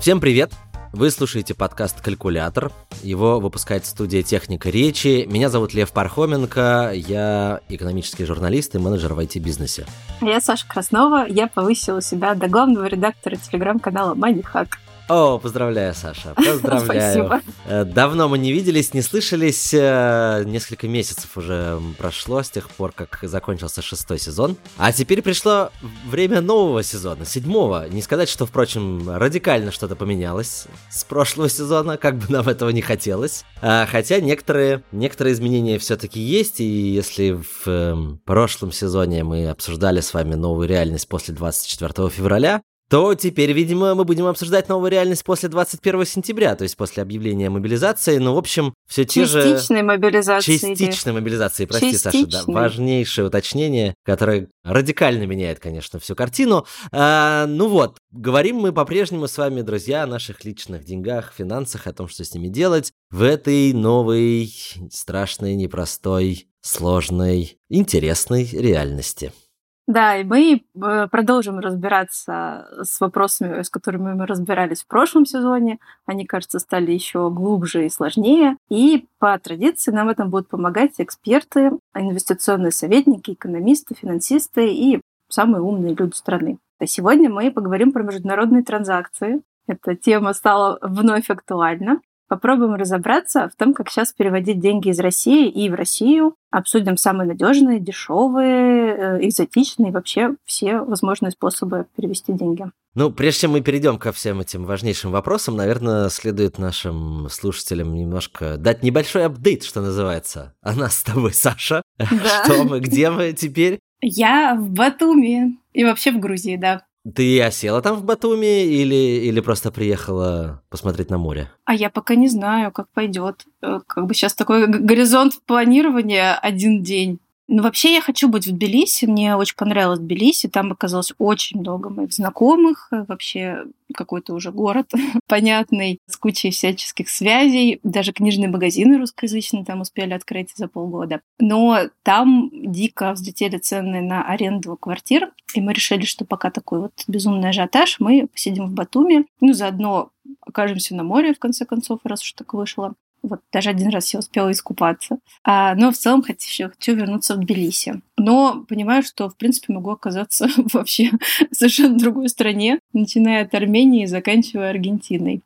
Всем привет! Вы слушаете подкаст «Калькулятор». Его выпускает студия «Техника речи». Меня зовут Лев Пархоменко. Я экономический журналист и менеджер в IT-бизнесе. Я Саша Краснова. Я повысила себя до главного редактора телеграм-канала «Манихак». О, поздравляю, Саша, поздравляю. Спасибо. Давно мы не виделись, не слышались, несколько месяцев уже прошло с тех пор, как закончился 6-й сезон. А теперь пришло время нового сезона, 7-го. Не сказать, что, впрочем, радикально что-то поменялось с прошлого сезона, как бы нам этого не хотелось. Хотя некоторые изменения все-таки есть, и если в прошлом сезоне мы обсуждали с вами новую реальность после 24 февраля, то теперь, видимо, мы будем обсуждать новую реальность после 21 сентября, то есть после объявления мобилизации. Ну, в общем, все те же... Частичной мобилизации. Частичной мобилизации, прости, Саша, да. Важнейшее уточнение, которое радикально меняет, конечно, всю картину. Говорим мы по-прежнему с вами, друзья, о наших личных деньгах, финансах, о том, что с ними делать в этой новой, страшной, непростой, сложной, интересной реальности. Да, и мы продолжим разбираться с вопросами, с которыми мы разбирались в прошлом сезоне. Они, кажется, стали еще глубже и сложнее. И по традиции нам в этом будут помогать эксперты, инвестиционные советники, экономисты, финансисты и самые умные люди страны. Сегодня мы поговорим про международные транзакции. Эта тема стала вновь актуальна. Попробуем разобраться в том, как сейчас переводить деньги из России и в Россию. Обсудим самые надежные, дешевые, экзотичные, вообще все возможные способы перевести деньги. Ну, прежде чем мы перейдем ко всем этим важнейшим вопросам, наверное, следует нашим слушателям немножко дать небольшой апдейт, что называется. А нас с тобой, Саша. Да. Что мы, где мы теперь? Я в Батуми и вообще в Грузии, да. Ты осела там в Батуми или просто приехала посмотреть на море? А я пока не знаю, как пойдет. Как бы сейчас такой горизонт планирования один день. Ну, вообще, я хочу быть в Тбилиси. Мне очень понравилось Тбилиси. Там оказалось очень много моих знакомых. Вообще, какой-то уже город понятный, с кучей всяческих связей. Даже книжные магазины русскоязычные там успели открыть за полгода. Но там дико взлетели цены на аренду квартир. И мы решили, что пока такой вот безумный ажиотаж, мы посидим в Батуми. Ну, заодно окажемся на море, в конце концов, раз уж так вышло. Вот даже один раз я успела искупаться. Но в целом хочу вернуться в Тбилиси. Но понимаю, что, в принципе, могу оказаться вообще в совершенно другой стране, начиная от Армении и заканчивая Аргентиной.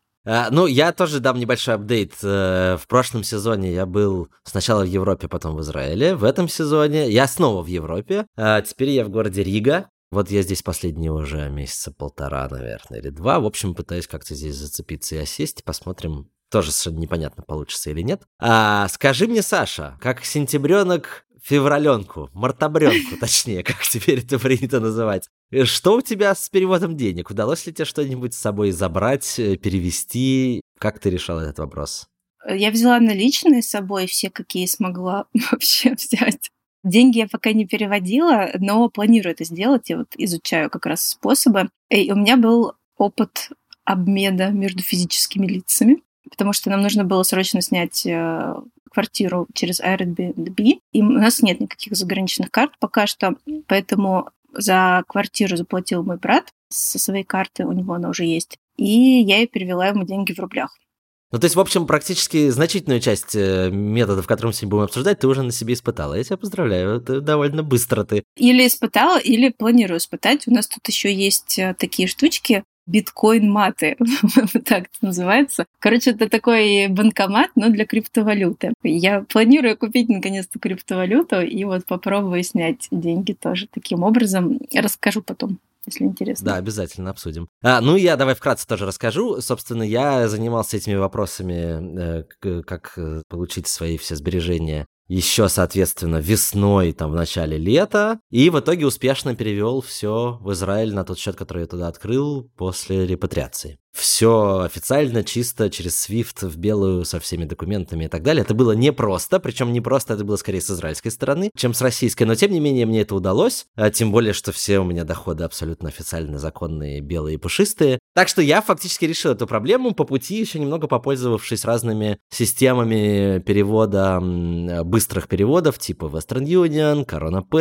Я тоже дам небольшой апдейт. В прошлом сезоне я был сначала в Европе, потом в Израиле. В этом сезоне я снова в Европе. Теперь я в городе Рига. Вот я здесь последние уже месяца полтора, наверное, или 2. В общем, пытаюсь как-то здесь зацепиться и осесть. Посмотрим. Тоже совершенно непонятно, получится или нет. Скажи мне, Саша, как сентябрёнок февраленку, мартобрёнку, точнее, как теперь это принято называть. Что у тебя с переводом денег? Удалось ли тебе что-нибудь с собой забрать, перевести? Как ты решала этот вопрос? Я взяла наличные с собой, все, какие смогла вообще взять. Деньги я пока не переводила, но планирую это сделать. Я вот изучаю как раз способы. И у меня был опыт обмена между физическими лицами, потому что нам нужно было срочно снять квартиру через Airbnb, и у нас нет никаких заграничных карт пока что, поэтому за квартиру заплатил мой брат со своей карты, у него она уже есть, и я перевела ему деньги в рублях. Ну, то есть, в общем, практически значительную часть методов, которые мы сегодня будем обсуждать, ты уже на себе испытала. Я тебя поздравляю, это довольно быстро ты. Или испытала, или планирую испытать. У нас тут еще есть такие штучки, биткоин-маты, так это называется. Короче, это такой банкомат, но для криптовалюты. Я планирую купить наконец-то криптовалюту и вот попробую снять деньги тоже таким образом. Расскажу потом, если интересно. Да, обязательно обсудим. Я давай вкратце тоже расскажу. Собственно, я занимался этими вопросами, как получить свои все сбережения еще, соответственно, весной, в начале лета, и в итоге успешно перевел все в Израиль на тот счет, который я туда открыл после репатриации. Все официально, чисто, через SWIFT, в белую, со всеми документами и так далее. Это было непросто, причем непросто это было скорее с израильской стороны, чем с российской, но тем не менее мне это удалось, тем более, что все у меня доходы абсолютно официально законные, белые и пушистые. Так что я фактически решил эту проблему по пути, еще немного попользовавшись разными системами перевода, быстрых переводов, типа Western Union, Corona Pay,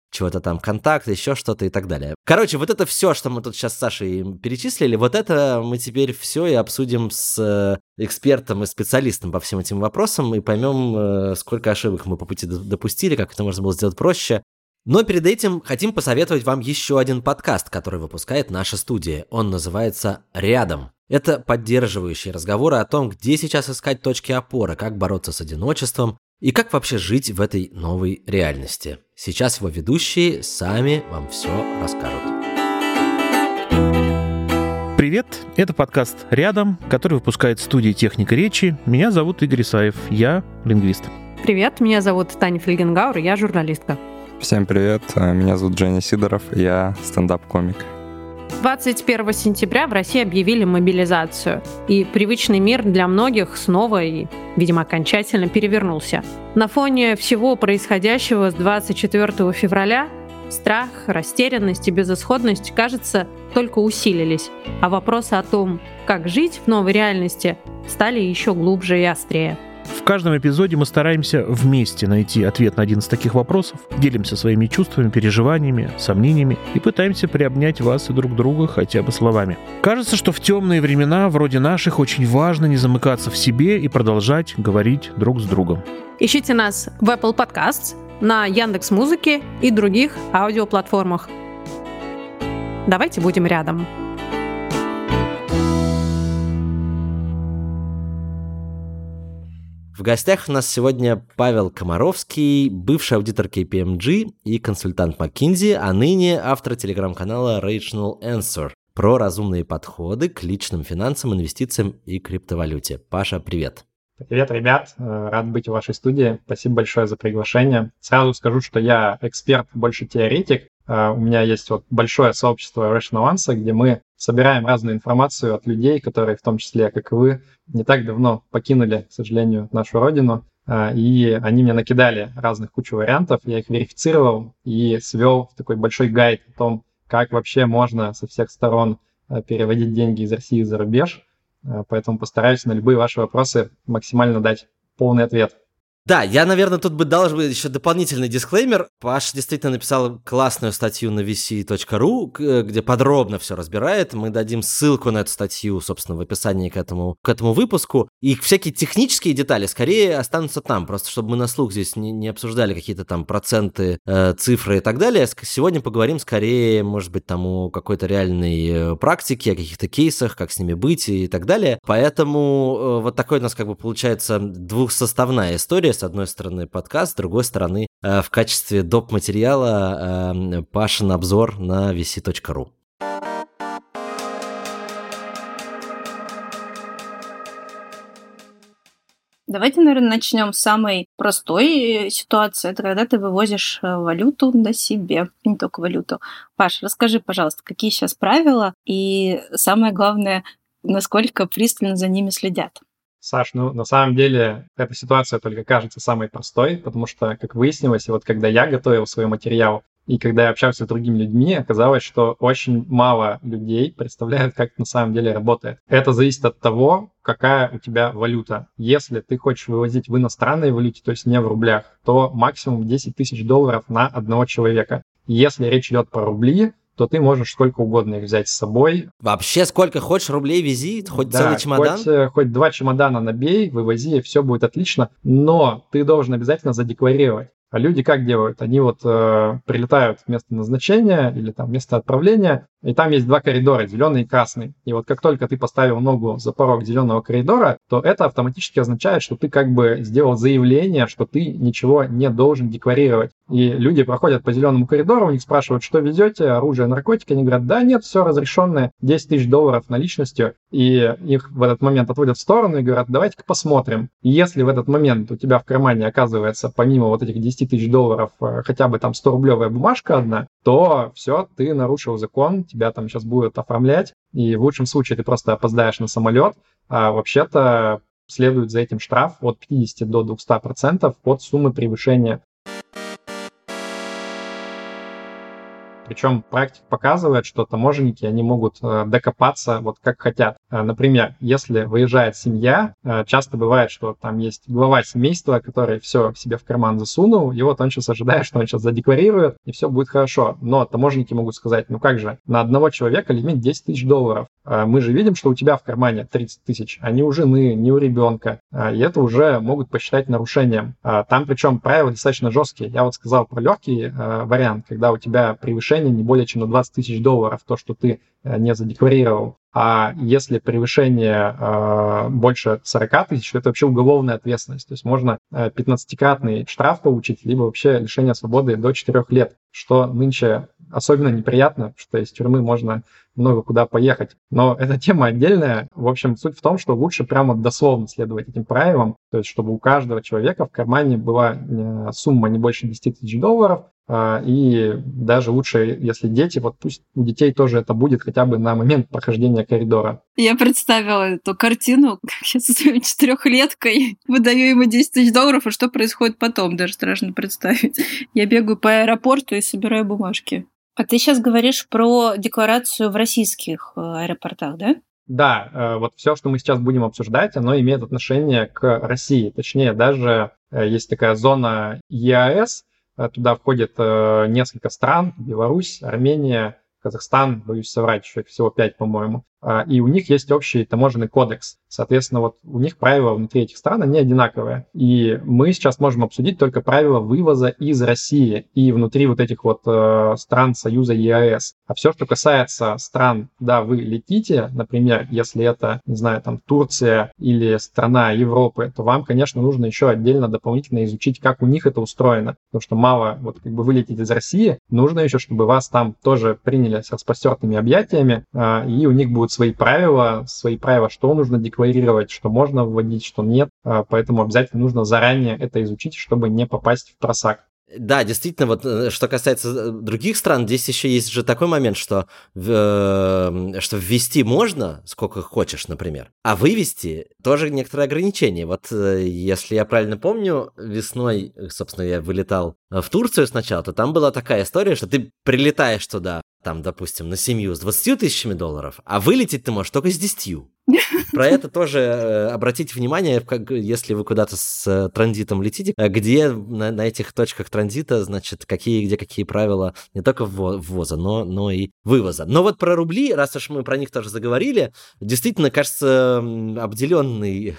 чего-то там, контакт, еще что-то и так далее. Короче, вот это все, что мы тут сейчас с Сашей перечислили, вот это мы теперь все и обсудим с экспертом и специалистом по всем этим вопросам и поймем, сколько ошибок мы по пути допустили, как это можно было сделать проще. Но перед этим хотим посоветовать вам еще один подкаст, который выпускает наша студия. Он называется «Рядом». Это поддерживающие разговоры о том, где сейчас искать точки опоры, как бороться с одиночеством и как вообще жить в этой новой реальности. Сейчас его ведущие сами вам все расскажут. Привет, это подкаст «Рядом», который выпускает студия «Техника речи». Меня зовут Игорь Исаев, я лингвист. Привет, меня зовут Таня Фельгенгауэр, я журналистка. Всем привет, меня зовут Женя Сидоров, я стендап-комик. 21 сентября в России объявили мобилизацию, и привычный мир для многих снова и, видимо, окончательно перевернулся. На фоне всего происходящего с 24 февраля страх, растерянность и безысходность, кажется, только усилились, а вопросы о том, как жить в новой реальности, стали еще глубже и острее. В каждом эпизоде мы стараемся вместе найти ответ на один из таких вопросов, делимся своими чувствами, переживаниями, сомнениями и пытаемся приобнять вас и друг друга хотя бы словами. Кажется, что в темные времена, вроде наших, очень важно не замыкаться в себе и продолжать говорить друг с другом. Ищите нас в Apple Podcasts, на Яндекс.Музыке и других аудиоплатформах. Давайте будем рядом. В гостях у нас сегодня Павел Комаровский, бывший аудитор KPMG и консультант McKinsey, а ныне автор телеграм-канала Rational Answer про разумные подходы к личным финансам, инвестициям и криптовалюте. Паша, привет. Привет, ребят. Рад быть в вашей студии. Спасибо большое за приглашение. Сразу скажу, что я эксперт, больше теоретик. У меня есть большое сообщество Rational Answer, где мы собираем разную информацию от людей, которые, в том числе, как и вы, не так давно покинули, к сожалению, нашу родину. И они мне накидали разных кучу вариантов. Я их верифицировал и свел в такой большой гайд о том, как вообще можно со всех сторон переводить деньги из России за рубеж. Поэтому постараюсь на любые ваши вопросы максимально дать полный ответ. Да, я, наверное, тут бы дал еще дополнительный дисклеймер. Паш действительно написал классную статью на vc.ru, где подробно все разбирает. Мы дадим ссылку на эту статью, собственно, в описании к этому выпуску. И всякие технические детали скорее останутся там, просто чтобы мы на слух здесь не обсуждали какие-то там проценты, цифры и так далее. Сегодня поговорим скорее, может быть, там о какой-то реальной практике, о каких-то кейсах, как с ними быть и так далее. Поэтому вот такой у нас как бы получается двухсоставная история. С одной стороны подкаст, с другой стороны в качестве доп. Материала Пашин обзор на vc.ru. Давайте, наверное, начнем с самой простой ситуации. Это когда ты вывозишь валюту на себе, не только валюту. Паш, расскажи, пожалуйста, какие сейчас правила и, самое главное, насколько пристально за ними следят? Саш, на самом деле эта ситуация только кажется самой простой, потому что, как выяснилось, и вот когда я готовил свой материал, и когда я общался с другими людьми, оказалось, что очень мало людей представляют, как это на самом деле работает. Это зависит от того, какая у тебя валюта. Если ты хочешь вывозить в иностранной валюте, то есть не в рублях, то максимум $10 тысяч на одного человека. Если речь идет про рубли, то ты можешь сколько угодно их взять с собой. Вообще сколько хочешь рублей вези, хоть целый чемодан? Хоть 2 чемодана набей, вывози, все будет отлично, но ты должен обязательно задекларировать. А люди как делают? Они прилетают в место назначения или там место отправления, и там есть два коридора, зеленый и красный. И вот как только ты поставил ногу за порог зеленого коридора, то это автоматически означает, что ты как бы сделал заявление, что ты ничего не должен декларировать. И люди проходят по зеленому коридору, у них спрашивают, что везете, оружие, наркотики. Они говорят, да нет, все разрешенное, $10 тысяч наличностью. И их в этот момент отводят в сторону и говорят, давайте-ка посмотрим. И если в этот момент у тебя в кармане оказывается помимо вот этих $10 тысяч хотя бы там 100-рублевая бумажка одна, то все, ты нарушил закон, тебя там сейчас будут оформлять, и в лучшем случае ты просто опоздаешь на самолет, а вообще-то следует за этим штраф от 50 до 200% от суммы превышения. причем практика показывает, что таможенники, они могут докопаться вот как хотят. Например, если выезжает семья, часто бывает, что там есть глава семейства, который все себе в карман засунул, и вот он сейчас ожидает, что он сейчас задекларирует, и все будет хорошо. Но таможенники могут сказать, ну как же, на одного человека лимит $10 000. Мы же видим, что у тебя в кармане 30 000, а не у жены, не у ребенка. И это уже могут посчитать нарушением. Там причем правила достаточно жесткие. Я вот сказал про легкий вариант, когда у тебя превышение не более чем на $20 000, то, что ты не задекларировал. А если превышение больше 40 000, то это вообще уголовная ответственность. То есть можно 15-кратный штраф получить, либо вообще лишение свободы до 4 лет, что нынче особенно неприятно, что из тюрьмы можно много куда поехать. Но эта тема отдельная. В общем, суть в том, что лучше прямо дословно следовать этим правилам, то есть чтобы у каждого человека в кармане была сумма не больше $10 000, и даже лучше, если дети, вот пусть у детей тоже это будет хотя бы на момент прохождения коридора. Я представила эту картину, как я со своей 4-леткой выдаю ему $10 000, и что происходит потом, даже страшно представить. Я бегаю по аэропорту и собираю бумажки. А ты сейчас говоришь про декларацию в российских аэропортах, да? Да, вот все, что мы сейчас будем обсуждать, оно имеет отношение к России. Точнее, даже есть такая зона ЕАЭС, туда входит несколько стран: Беларусь, Армения, Казахстан, боюсь соврать, еще всего 5, по-моему. И у них есть общий таможенный кодекс. Соответственно, вот у них правила внутри этих стран, они одинаковые. И мы сейчас можем обсудить только правила вывоза из России и внутри вот этих вот стран Союза ЕАЭС. А все, что касается стран, куда вы летите, например, если это, не знаю, там Турция или страна Европы, то вам, конечно, нужно еще отдельно дополнительно изучить, как у них это устроено. Потому что мало, вот как бы вылететь из России, нужно еще, чтобы вас там тоже приняли с распростертыми объятиями, и у них будут свои правила, что нужно декларировать, что можно вводить, что нет. Поэтому обязательно нужно заранее это изучить, чтобы не попасть в просак. Да, действительно, вот что касается других стран, здесь еще есть же такой момент, что ввести можно, сколько хочешь, например, а вывести тоже некоторые ограничения. Вот если я правильно помню, весной, собственно, я вылетал в Турцию сначала, то там была такая история, что ты прилетаешь туда, там, допустим, на семью с $20 000, а вылететь ты можешь только с 10. Про это тоже обратите внимание, если вы куда-то с транзитом летите, где на этих точках транзита, значит, где какие правила не только ввоза, но и вывоза. Но вот про рубли, раз уж мы про них тоже заговорили, действительно, кажется, обделенная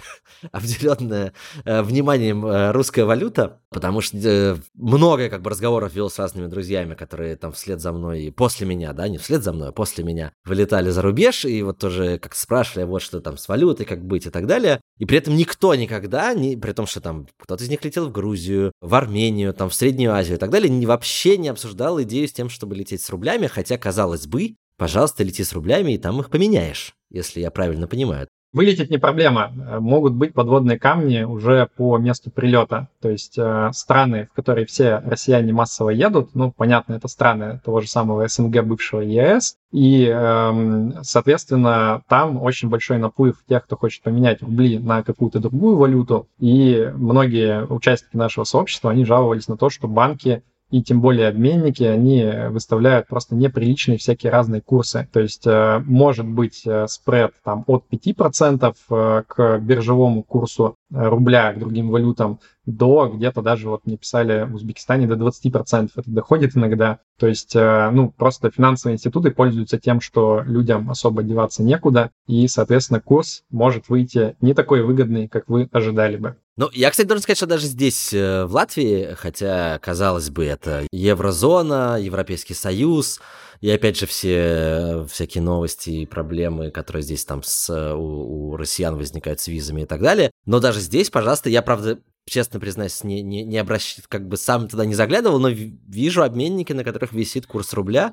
вниманием русская валюта, потому что много как бы разговоров вел с разными друзьями, которые там вслед за мной, после меня, да, не вслед за мной, а после меня вылетали за рубеж, и вот тоже как спрашивали, вот что там с валютой, как быть и так далее. И при этом никто никогда, при том, что там кто-то из них летел в Грузию, в Армению, там в Среднюю Азию и так далее, вообще не обсуждал идею с тем, чтобы лететь с рублями, хотя, казалось бы, пожалуйста, лети с рублями, и там их поменяешь, если я правильно понимаю. Вылететь не проблема. Могут быть подводные камни уже по месту прилета. То есть страны, в которые все россияне массово едут, ну, понятно, это страны того же самого СНГ, бывшего ЕС, и, соответственно, там очень большой наплыв тех, кто хочет поменять рубли на какую-то другую валюту, и многие участники нашего сообщества, они жаловались на то, что банки и тем более обменники, они выставляют просто неприличные всякие разные курсы. То есть может быть спред там от 5% к биржевому курсу рубля к другим валютам до где-то даже, вот мне писали в Узбекистане, до 20% это доходит иногда. То есть, просто финансовые институты пользуются тем, что людям особо деваться некуда, и, соответственно, курс может выйти не такой выгодный, как вы ожидали бы. Ну, я, кстати, должен сказать, что даже здесь, в Латвии, хотя, казалось бы, это еврозона, Европейский Союз, и, опять же, все всякие новости и проблемы, которые здесь там у россиян возникают с визами и так далее, но даже здесь, пожалуйста, я, правда, честно признаюсь, не обращаюсь, как бы сам туда не заглядывал, но вижу обменники, на которых висит курс рубля,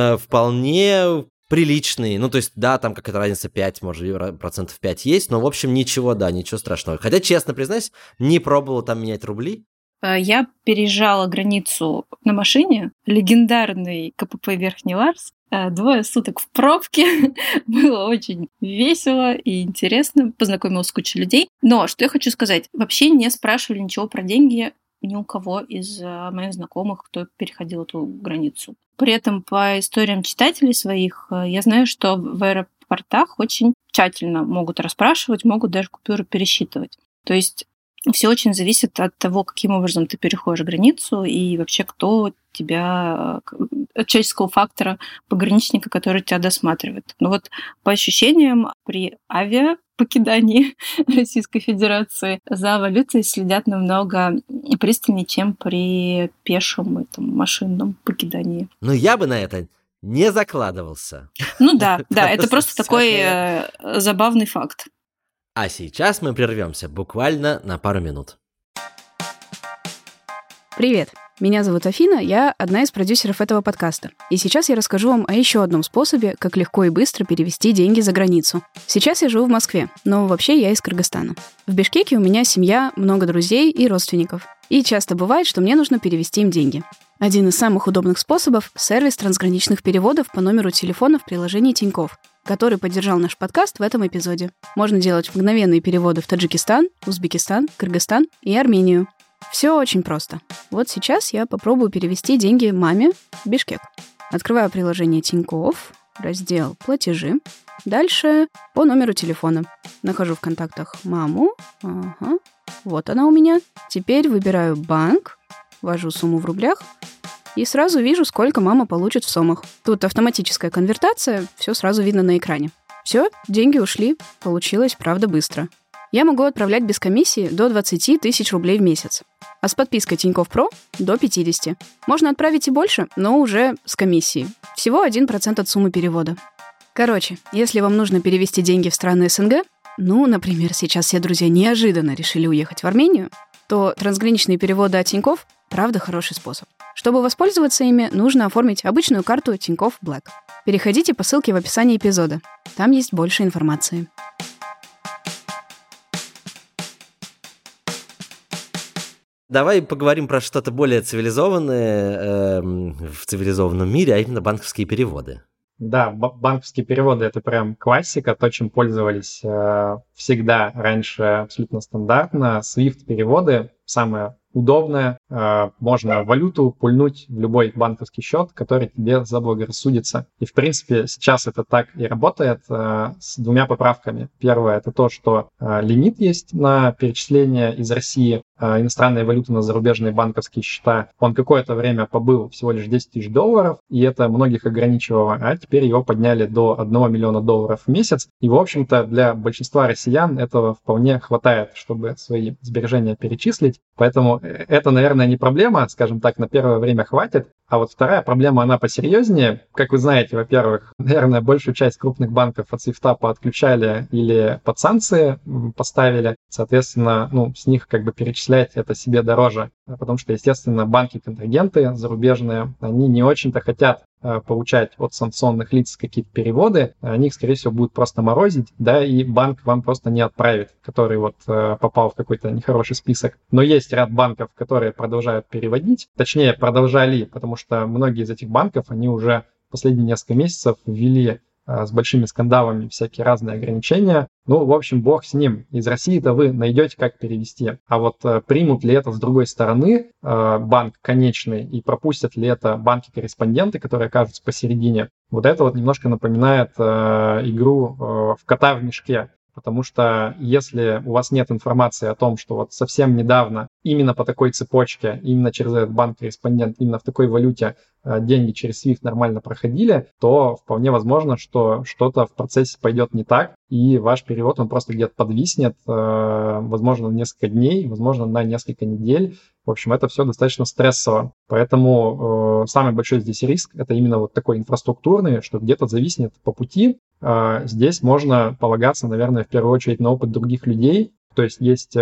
вполне приличный. Ну, то есть, да, там какая-то разница 5, может, процентов 5 есть, но, в общем, ничего страшного. Хотя, честно признаюсь, не пробовал там менять рубли. Я переезжала границу на машине, легендарный КПП Верхний Ларс, 2 суток в пробке. Было очень весело и интересно. Познакомилась с кучей людей. Но что я хочу сказать. Вообще не спрашивали ничего про деньги ни у кого из моих знакомых, кто переходил эту границу. При этом по историям читателей своих я знаю, что в аэропортах очень тщательно могут расспрашивать, могут даже купюры пересчитывать. То есть все очень зависит от того, каким образом ты переходишь границу и вообще кто тебя, от человеческого фактора пограничника, который тебя досматривает. Но вот по ощущениям при авиапокидании Российской Федерации за валютой следят намного пристальнее, чем при пешем машинном покидании. Но я бы на это не закладывался. Ну да, это просто такой забавный факт. А сейчас мы прервемся буквально на пару минут. Привет, меня зовут Афина, я одна из продюсеров этого подкаста. И сейчас я расскажу вам о еще одном способе, как легко и быстро перевести деньги за границу. Сейчас я живу в Москве, но вообще я из Кыргызстана. В Бишкеке у меня семья, много друзей и родственников. И часто бывает, что мне нужно перевести им деньги. Один из самых удобных способов — сервис трансграничных переводов по номеру телефона в приложении Тинькофф, который поддержал наш подкаст в этом эпизоде. Можно делать мгновенные переводы в Таджикистан, Узбекистан, Кыргызстан и Армению. Все очень просто. Вот сейчас я попробую перевести деньги маме в Бишкек. Открываю приложение Тинькофф, раздел «Платежи». Дальше по номеру телефона. Нахожу в контактах маму. Ага. Вот она у меня. Теперь выбираю банк, ввожу сумму в рублях и сразу вижу, сколько мама получит в сомах. Тут автоматическая конвертация, все сразу видно на экране. Все, деньги ушли. Получилось, правда, быстро. Я могу отправлять без комиссии до 20 тысяч рублей в месяц. А с подпиской Тинькофф Про до 50. Можно отправить и больше, но уже с комиссией. Всего 1% от суммы перевода. Короче, если вам нужно перевести деньги в страны СНГ, например, сейчас все друзья неожиданно решили уехать в Армению, то трансграничные переводы от Тинькофф правда хороший способ. Чтобы воспользоваться ими, нужно оформить обычную карту Тинькофф Black. Переходите по ссылке в описании эпизода. Там есть больше информации. Давай поговорим про что-то более цивилизованное в цивилизованном мире, а именно банковские переводы. Да, банковские переводы — это прям классика, то, чем пользовались всегда раньше абсолютно стандартно. SWIFT-переводы — самое удобное. Можно валюту пульнуть в любой банковский счет, который тебе заблагорассудится. И, в принципе, сейчас это так и работает с двумя поправками. Первое — это то, что лимит есть на перечисление из России иностранной валюты на зарубежные банковские счета. Он какое-то время побыл всего лишь $10 тысяч, и это многих ограничивало, а теперь его подняли до $1 миллиона в месяц. И, в общем-то, для большинства россиян этого вполне хватает, чтобы свои сбережения перечислить. Поэтому это, наверное, не проблема, скажем так, на первое время хватит. А вот вторая проблема, она посерьезнее. Как вы знаете, во-первых, наверное, большую часть крупных банков от SWIFT поотключали или под санкции поставили. Соответственно, с них перечислять это себе дороже. Потому что, естественно, банки-контрагенты зарубежные, они не очень-то хотят получать от санкционных лиц какие-то переводы. Они их, скорее всего, будут просто морозить, да, и банк вам просто не отправит, который попал в какой-то нехороший список. Но есть ряд банков, которые продолжают переводить. Точнее, продолжали, потому что многие из этих банков, они уже последние несколько месяцев ввели с большими скандалами всякие разные ограничения. В общем, бог с ним. Из России-то вы найдете, как перевести. А вот примут ли это с другой стороны банк конечный и пропустят ли это банки-корреспонденты, которые окажутся посередине, вот это немножко напоминает игру в кота в мешке. Потому что если у вас нет информации о том, что совсем недавно именно по такой цепочке, именно через этот банк-корреспондент, именно в такой валюте деньги через SWIFT нормально проходили, то вполне возможно, что что-то в процессе пойдет не так, и ваш перевод, он просто где-то подвиснет, возможно, на несколько дней, возможно, на несколько недель. В общем, это все достаточно стрессово. Поэтому самый большой здесь риск — это именно такой инфраструктурный, что где-то зависнет по пути. Здесь можно полагаться, наверное, в первую очередь на опыт других людей. То есть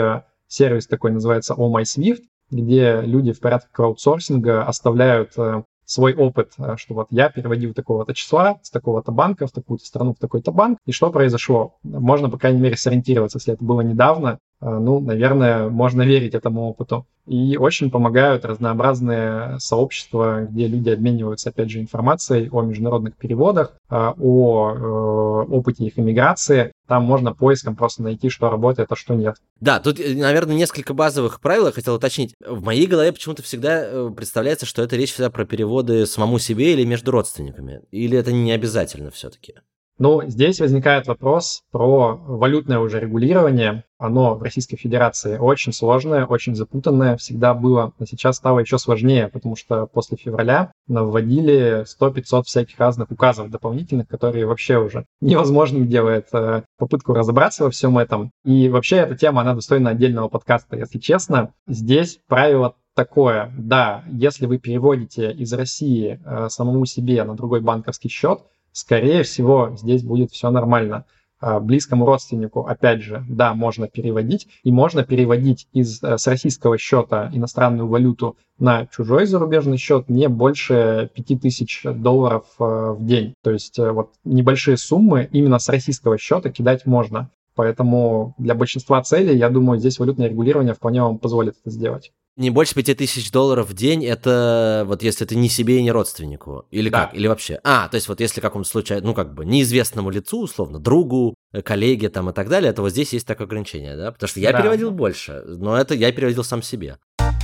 сервис такой, называется Oh My SWIFT, где люди в порядке краудсорсинга оставляют свой опыт, что я переводил такого-то числа с такого-то банка в такую-то страну, в такой-то банк, и что произошло. Можно, по крайней мере, сориентироваться, если это было недавно, наверное, можно верить этому опыту. И очень помогают разнообразные сообщества, где люди обмениваются, опять же, информацией о международных переводах, о опыте их иммиграции. Там можно поиском просто найти, что работает, а что нет. Да, тут, наверное, несколько базовых правил я хотел уточнить. В моей голове почему-то всегда представляется, что это речь всегда про переводы самому себе или между родственниками. Или это не обязательно все-таки? Здесь возникает вопрос про валютное уже регулирование. Оно в Российской Федерации очень сложное, очень запутанное, всегда было, но сейчас стало еще сложнее, потому что после февраля вводили 100-500 всяких разных указов дополнительных, которые вообще уже невозможным делают попытку разобраться во всем этом. И вообще эта тема, она достойна отдельного подкаста, если честно. Здесь правило такое: да, если вы переводите из России самому себе на другой банковский счет, скорее всего, здесь будет все нормально. Близкому родственнику, опять же, да, можно переводить. И можно переводить с российского счета иностранную валюту на чужой зарубежный счет не больше $5000 в день. То есть вот небольшие суммы именно с российского счета кидать можно. Поэтому для большинства целей, я думаю, здесь валютное регулирование вполне вам позволит это сделать. Не больше $5000 в день, это вот если ты не себе и не родственнику, или да. Как? Или вообще? То есть вот если какому-то случаю, неизвестному лицу, условно, другу, коллеге там и так далее, то вот здесь есть такое ограничение, да? Потому что я переводил больше, но это я переводил сам себе.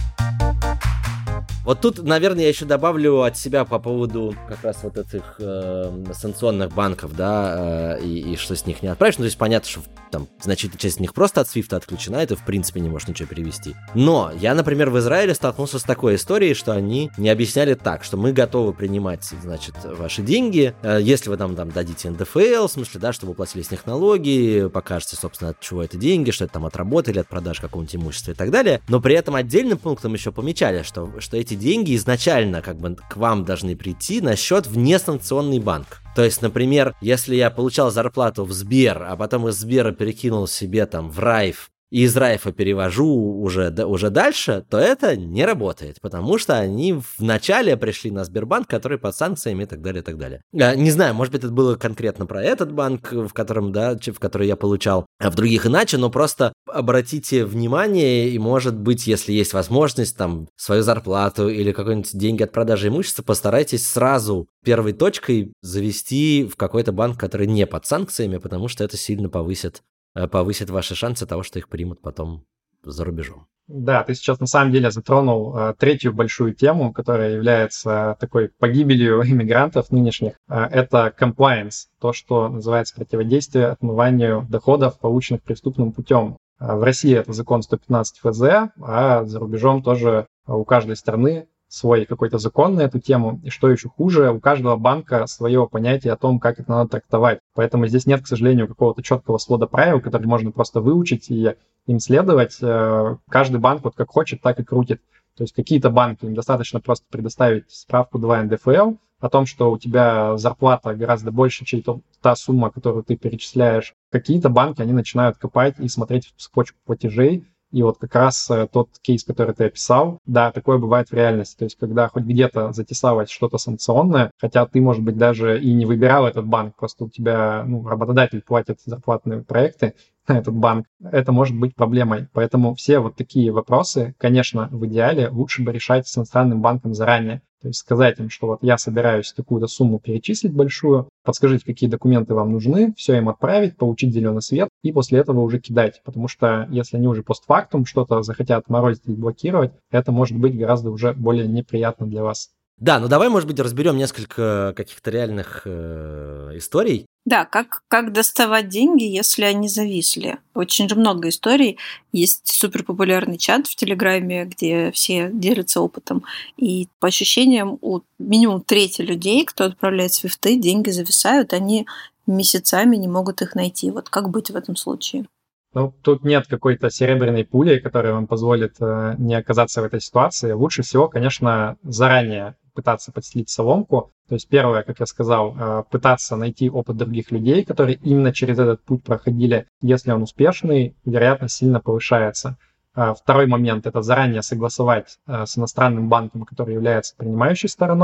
Вот тут, наверное, я еще добавлю от себя по поводу как раз вот этих санкционных банков, да, и что с них не отправишь. То есть понятно, что там значительная часть из них просто от Свифта отключена, и ты в принципе не можешь ничего перевести. Но я, например, в Израиле столкнулся с такой историей, что они не объясняли так, что мы готовы принимать, значит, ваши деньги, если вы нам дадите НДФЛ, в смысле, да, чтобы вы платили с них налоги, покажете, собственно, от чего это деньги, что это там от работы или от продажи какого-нибудь имущества и так далее. Но при этом отдельным пунктом еще помечали, что эти деньги изначально как бы к вам должны прийти на счет в несанкционный банк. То есть, например, если я получал зарплату в Сбер, а потом из Сбера перекинул себе там в Райф, и из Райфа перевожу уже дальше, то это не работает, потому что они вначале пришли на Сбербанк, который под санкциями и так далее, и так далее. Не знаю, может быть, это было конкретно про этот банк, в который я получал, а в других иначе, но просто обратите внимание, и, может быть, если есть возможность, там, свою зарплату или какие-нибудь деньги от продажи имущества, постарайтесь сразу первой точкой завести в какой-то банк, который не под санкциями, потому что это сильно повысит ваши шансы того, что их примут потом за рубежом. Да, ты сейчас на самом деле затронул третью большую тему, которая является такой погибелью иммигрантов нынешних. Это compliance, то, что называется противодействие отмыванию доходов, полученных преступным путем. В России это закон 115 ФЗ, а за рубежом тоже у каждой страны свой какой-то закон на эту тему. И что еще хуже, у каждого банка свое понятие о том, как это надо трактовать. Поэтому здесь нет, к сожалению, какого-то четкого свода правил, который можно просто выучить и им следовать. Каждый банк вот как хочет, так и крутит. То есть какие-то банки, им достаточно просто предоставить справку 2 НДФЛ о том, что у тебя зарплата гораздо больше, чем та сумма, которую ты перечисляешь. Какие-то банки, они начинают копать и смотреть в цепочку платежей. И вот как раз тот кейс, который ты описал, да, такое бывает в реальности. То есть когда хоть где-то затесалось что-то санкционное, хотя ты, может быть, даже и не выбирал этот банк, просто у тебя работодатель платит зарплатные проекты на этот банк, это может быть проблемой. Поэтому все вот такие вопросы, конечно, в идеале лучше бы решать с иностранным банком заранее. То есть сказать им, что вот я собираюсь такую-то сумму перечислить большую, подскажите, какие документы вам нужны, все им отправить, получить зеленый свет и после этого уже кидать. Потому что если они уже постфактум что-то захотят морозить или блокировать, это может быть гораздо уже более неприятно для вас. Да, давай, может быть, разберем несколько каких-то реальных историй. Да, как доставать деньги, если они зависли. Очень же много историй. Есть суперпопулярный чат в Телеграме, где все делятся опытом. И по ощущениям у минимум трети людей, кто отправляет свифты, деньги зависают, они месяцами не могут их найти. Вот как быть в этом случае? Тут нет какой-то серебряной пули, которая вам позволит не оказаться в этой ситуации. Лучше всего, конечно, заранее пытаться подстелить соломку. То есть первое, как я сказал, пытаться найти опыт других людей, которые именно через этот путь проходили. Если он успешный, вероятность сильно повышается. Второй момент – это заранее согласовать с иностранным банком, который является принимающей стороной,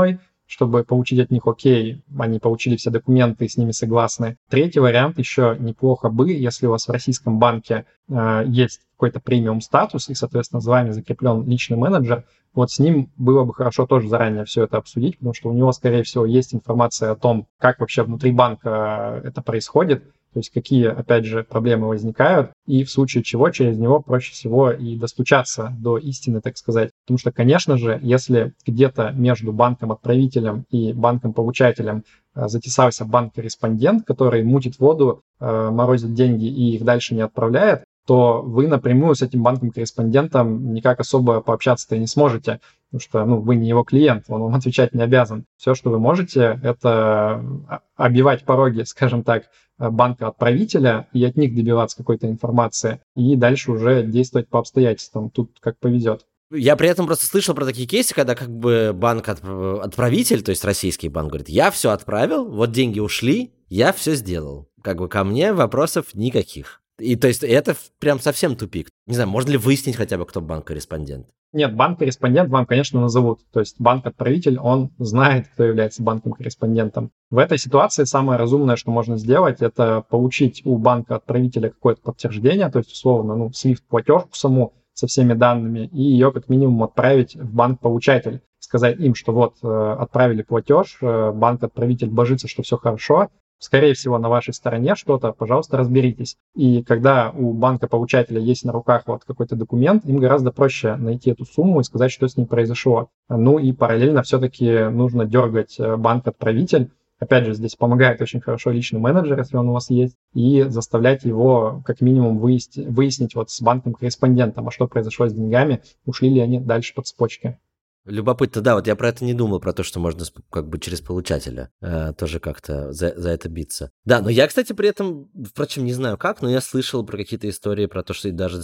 чтобы получить от них окей, они получили все документы и с ними согласны. Третий вариант еще неплохо бы, если у вас в российском банке есть какой-то премиум статус и, соответственно, за вами закреплен личный менеджер, вот с ним было бы хорошо тоже заранее все это обсудить, потому что у него, скорее всего, есть информация о том, как вообще внутри банка это происходит, то есть какие, опять же, проблемы возникают, и в случае чего через него проще всего и достучаться до истины, так сказать. Потому что, конечно же, если где-то между банком-отправителем и банком-получателем затесался банк-корреспондент, который мутит воду, морозит деньги и их дальше не отправляет, то вы напрямую с этим банком-корреспондентом никак особо пообщаться-то и не сможете, потому что вы не его клиент, он вам отвечать не обязан. Все, что вы можете, это оббивать пороги, скажем так, банка-отправителя и от них добиваться какой-то информации, и дальше уже действовать по обстоятельствам. Тут как повезет. Я при этом просто слышал про такие кейсы, когда как бы банк-отправитель, то есть российский банк, говорит, я все отправил, вот деньги ушли, я все сделал. Как бы ко мне вопросов никаких. И то есть это прям совсем тупик. Не знаю, можно ли выяснить хотя бы, кто банк-корреспондент? Нет, банк-корреспондент вам, конечно, назовут. То есть банк-отправитель, он знает, кто является банком-корреспондентом. В этой ситуации самое разумное, что можно сделать, это получить у банка-отправителя какое-то подтверждение, то есть, условно, SWIFT-платежку саму со всеми данными, и ее как минимум отправить в банк-получатель. Сказать им, что вот отправили платеж, банк-отправитель божится, что все хорошо, скорее всего, на вашей стороне что-то, пожалуйста, разберитесь. И когда у банка-получателя есть на руках вот какой-то документ, им гораздо проще найти эту сумму и сказать, что с ней произошло. И параллельно все-таки нужно дергать банк-отправитель. Опять же, здесь помогает очень хорошо личный менеджер, если он у вас есть, и заставлять его как минимум выяснить вот с банком-корреспондентом, а что произошло с деньгами, ушли ли они дальше по цепочке. Любопытно, да, вот я про это не думал, про то, что можно как бы через получателя тоже как-то за это биться. Да, но я, кстати, при этом, впрочем, не знаю как, но я слышал про какие-то истории про то, что даже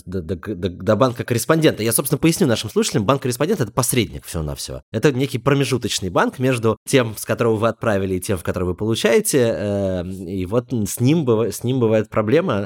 до банка-корреспондента. Я, собственно, поясню нашим слушателям, банк-корреспондент — это посредник всего-навсего. Это некий промежуточный банк между тем, с которого вы отправили, и тем, в который вы получаете, и вот с ним бывает проблема.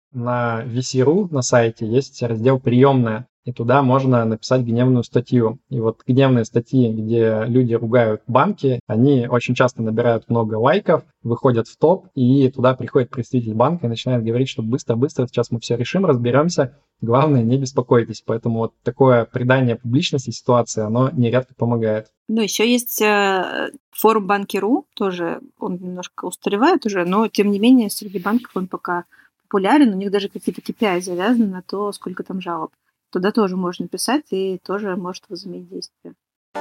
На VC.ru на сайте есть раздел «Приемная», и туда можно написать гневную статью. И вот гневные статьи, где люди ругают банки, они очень часто набирают много лайков, выходят в топ, и туда приходит представитель банка и начинает говорить, что быстро-быстро, сейчас мы все решим, разберемся, главное, не беспокойтесь. Поэтому вот такое придание публичности ситуации, оно нередко помогает. Еще есть форум Банки.ру, тоже он немножко устаревает уже, но тем не менее среди банков он пока популярен, у них даже какие-то KPI завязаны на то, сколько там жалоб. Туда тоже можно писать и тоже может возыметь действие.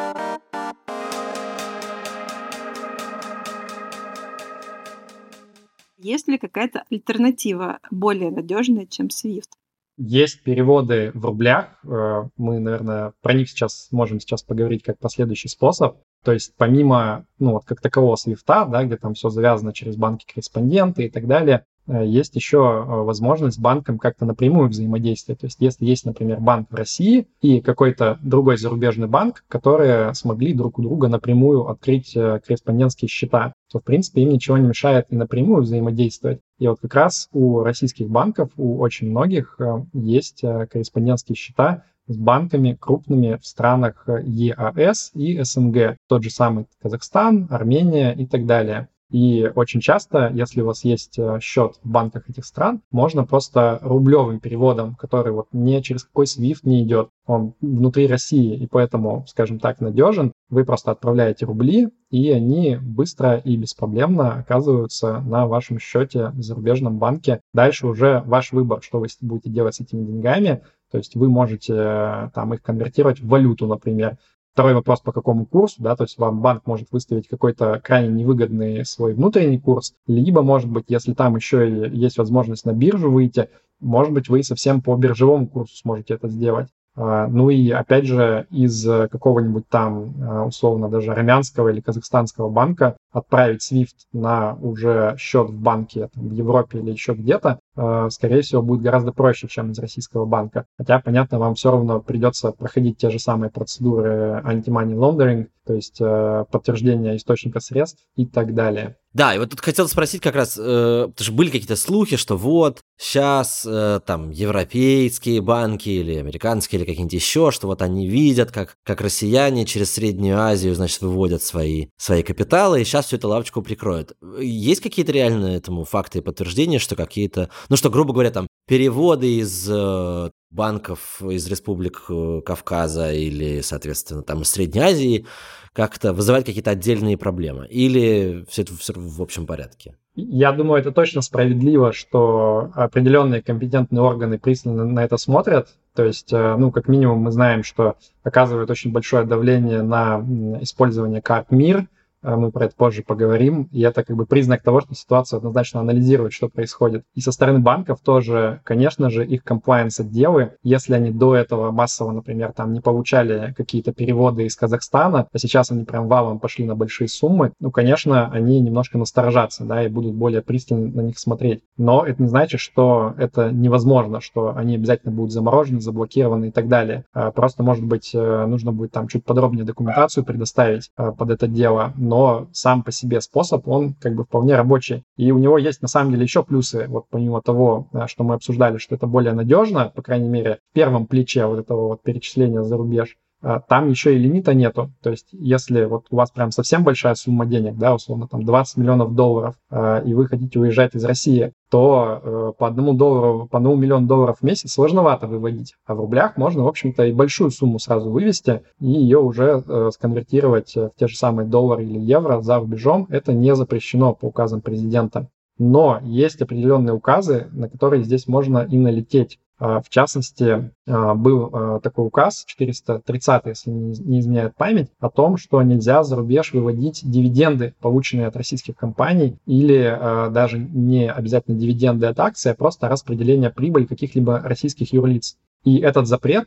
Есть ли какая-то альтернатива более надежная, чем SWIFT? Есть переводы в рублях. Мы, наверное, про них можем поговорить как последующий способ. То есть помимо, как такового SWIFT, да, где там все завязано через банки-корреспонденты и так далее, есть еще возможность с банком как-то напрямую взаимодействовать. То есть если есть, например, банк в России и какой-то другой зарубежный банк, которые смогли друг у друга напрямую открыть корреспондентские счета, то, в принципе, им ничего не мешает и напрямую взаимодействовать. И вот как раз у российских банков, у очень многих есть корреспондентские счета с банками крупными в странах ЕАЭС и СНГ. Тот же самый Казахстан, Армения и так далее. И очень часто, если у вас есть счет в банках этих стран, можно просто рублевым переводом, который вот не через какой SWIFT не идет, он внутри России и поэтому, скажем так, надежен, вы просто отправляете рубли, и они быстро и беспроблемно оказываются на вашем счете в зарубежном банке. Дальше уже ваш выбор, что вы будете делать с этими деньгами. То есть вы можете там их конвертировать в валюту, например. Второй вопрос, по какому курсу, да, то есть вам банк может выставить какой-то крайне невыгодный свой внутренний курс, либо, может быть, если там еще и есть возможность на биржу выйти, может быть, вы совсем по биржевому курсу сможете это сделать. И, опять же, из какого-нибудь там, условно, даже армянского или казахстанского банка отправить SWIFT на уже счет в банке там, в Европе или еще где-то, скорее всего, будет гораздо проще, чем из российского банка. Хотя, понятно, вам все равно придется проходить те же самые процедуры anti-money laundering, то есть подтверждение источника средств и так далее. Да, и вот тут хотел спросить как раз, потому что были какие-то слухи, что вот сейчас там европейские банки или американские или какие-нибудь еще, что вот они видят, как россияне через Среднюю Азию, значит, выводят свои капиталы, и сейчас всю эту лавочку прикроют. Есть какие-то реальные этому факты и подтверждения, что какие-то, ну что, грубо говоря, там переводы из банков из республик Кавказа или, соответственно, там из Средней Азии как-то вызывает какие-то отдельные проблемы? Или все это в общем порядке? Я думаю, это точно справедливо, что определенные компетентные органы пристально на это смотрят. То есть, как минимум, мы знаем, что оказывает очень большое давление на использование карт МИР. Мы про это позже поговорим. И это как бы признак того, что ситуацию однозначно анализируют, что происходит. И со стороны банков тоже, конечно же, их комплаенс-отделы, если они до этого массово, например, там не получали какие-то переводы из Казахстана, а сейчас они прям валом пошли на большие суммы, конечно, они немножко насторожатся, да, и будут более пристально на них смотреть. Но это не значит, что это невозможно, что они обязательно будут заморожены, заблокированы и так далее. Просто, может быть, нужно будет там чуть подробнее документацию предоставить под это дело, но сам по себе способ, он как бы вполне рабочий. И у него есть на самом деле еще плюсы, вот помимо того, что мы обсуждали, что это более надежно, по крайней мере, в первом плече вот этого вот перечисления за рубеж, там еще и лимита нету. То есть если вот у вас прям совсем большая сумма денег, да, условно там $20 миллионов, и вы хотите уезжать из России, то по $1 миллион в месяц сложновато выводить. А в рублях можно, в общем-то, и большую сумму сразу вывести и ее уже сконвертировать в те же самые доллары или евро за рубежом. Это не запрещено по указам президента. Но есть определенные указы, на которые здесь можно и налететь. В частности, был такой указ, 430, если не изменяет память, о том, что нельзя за рубеж выводить дивиденды, полученные от российских компаний, или даже не обязательно дивиденды от акций, а просто распределение прибыли каких-либо российских юрлиц. И этот запрет,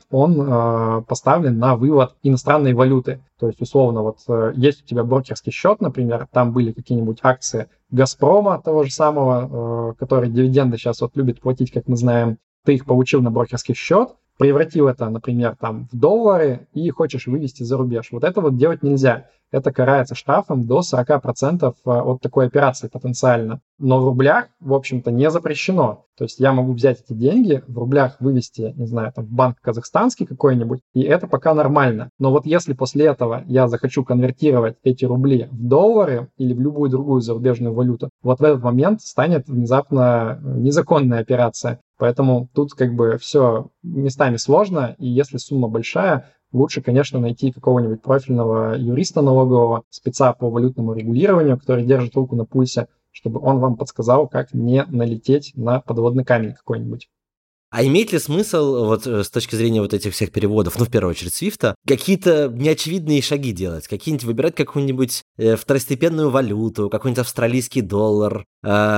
он поставлен на вывод иностранной валюты. То есть, условно, вот есть у тебя брокерский счет, например, там были какие-нибудь акции Газпрома, того же самого, который дивиденды сейчас вот любит платить, как мы знаем. Ты их получил на брокерский счет, превратил это, например, там в доллары и хочешь вывести за рубеж. Вот это вот делать нельзя. Это карается штрафом до 40% от такой операции потенциально. Но в рублях, в общем-то, не запрещено. То есть я могу взять эти деньги, в рублях вывести, не знаю, там в банк казахстанский какой-нибудь, и это пока нормально. Но вот если после этого я захочу конвертировать эти рубли в доллары или в любую другую зарубежную валюту, вот в этот момент станет внезапно незаконная операция. Поэтому тут как бы все местами сложно, и если сумма большая, лучше, конечно, найти какого-нибудь профильного юриста налогового, спеца по валютному регулированию, который держит руку на пульсе, чтобы он вам подсказал, как не налететь на подводный камень какой-нибудь. А имеет ли смысл, вот с точки зрения вот этих всех переводов, в первую очередь Свифта, какие-то неочевидные шаги делать? Какие-нибудь выбирать какую-нибудь второстепенную валюту, какой-нибудь австралийский доллар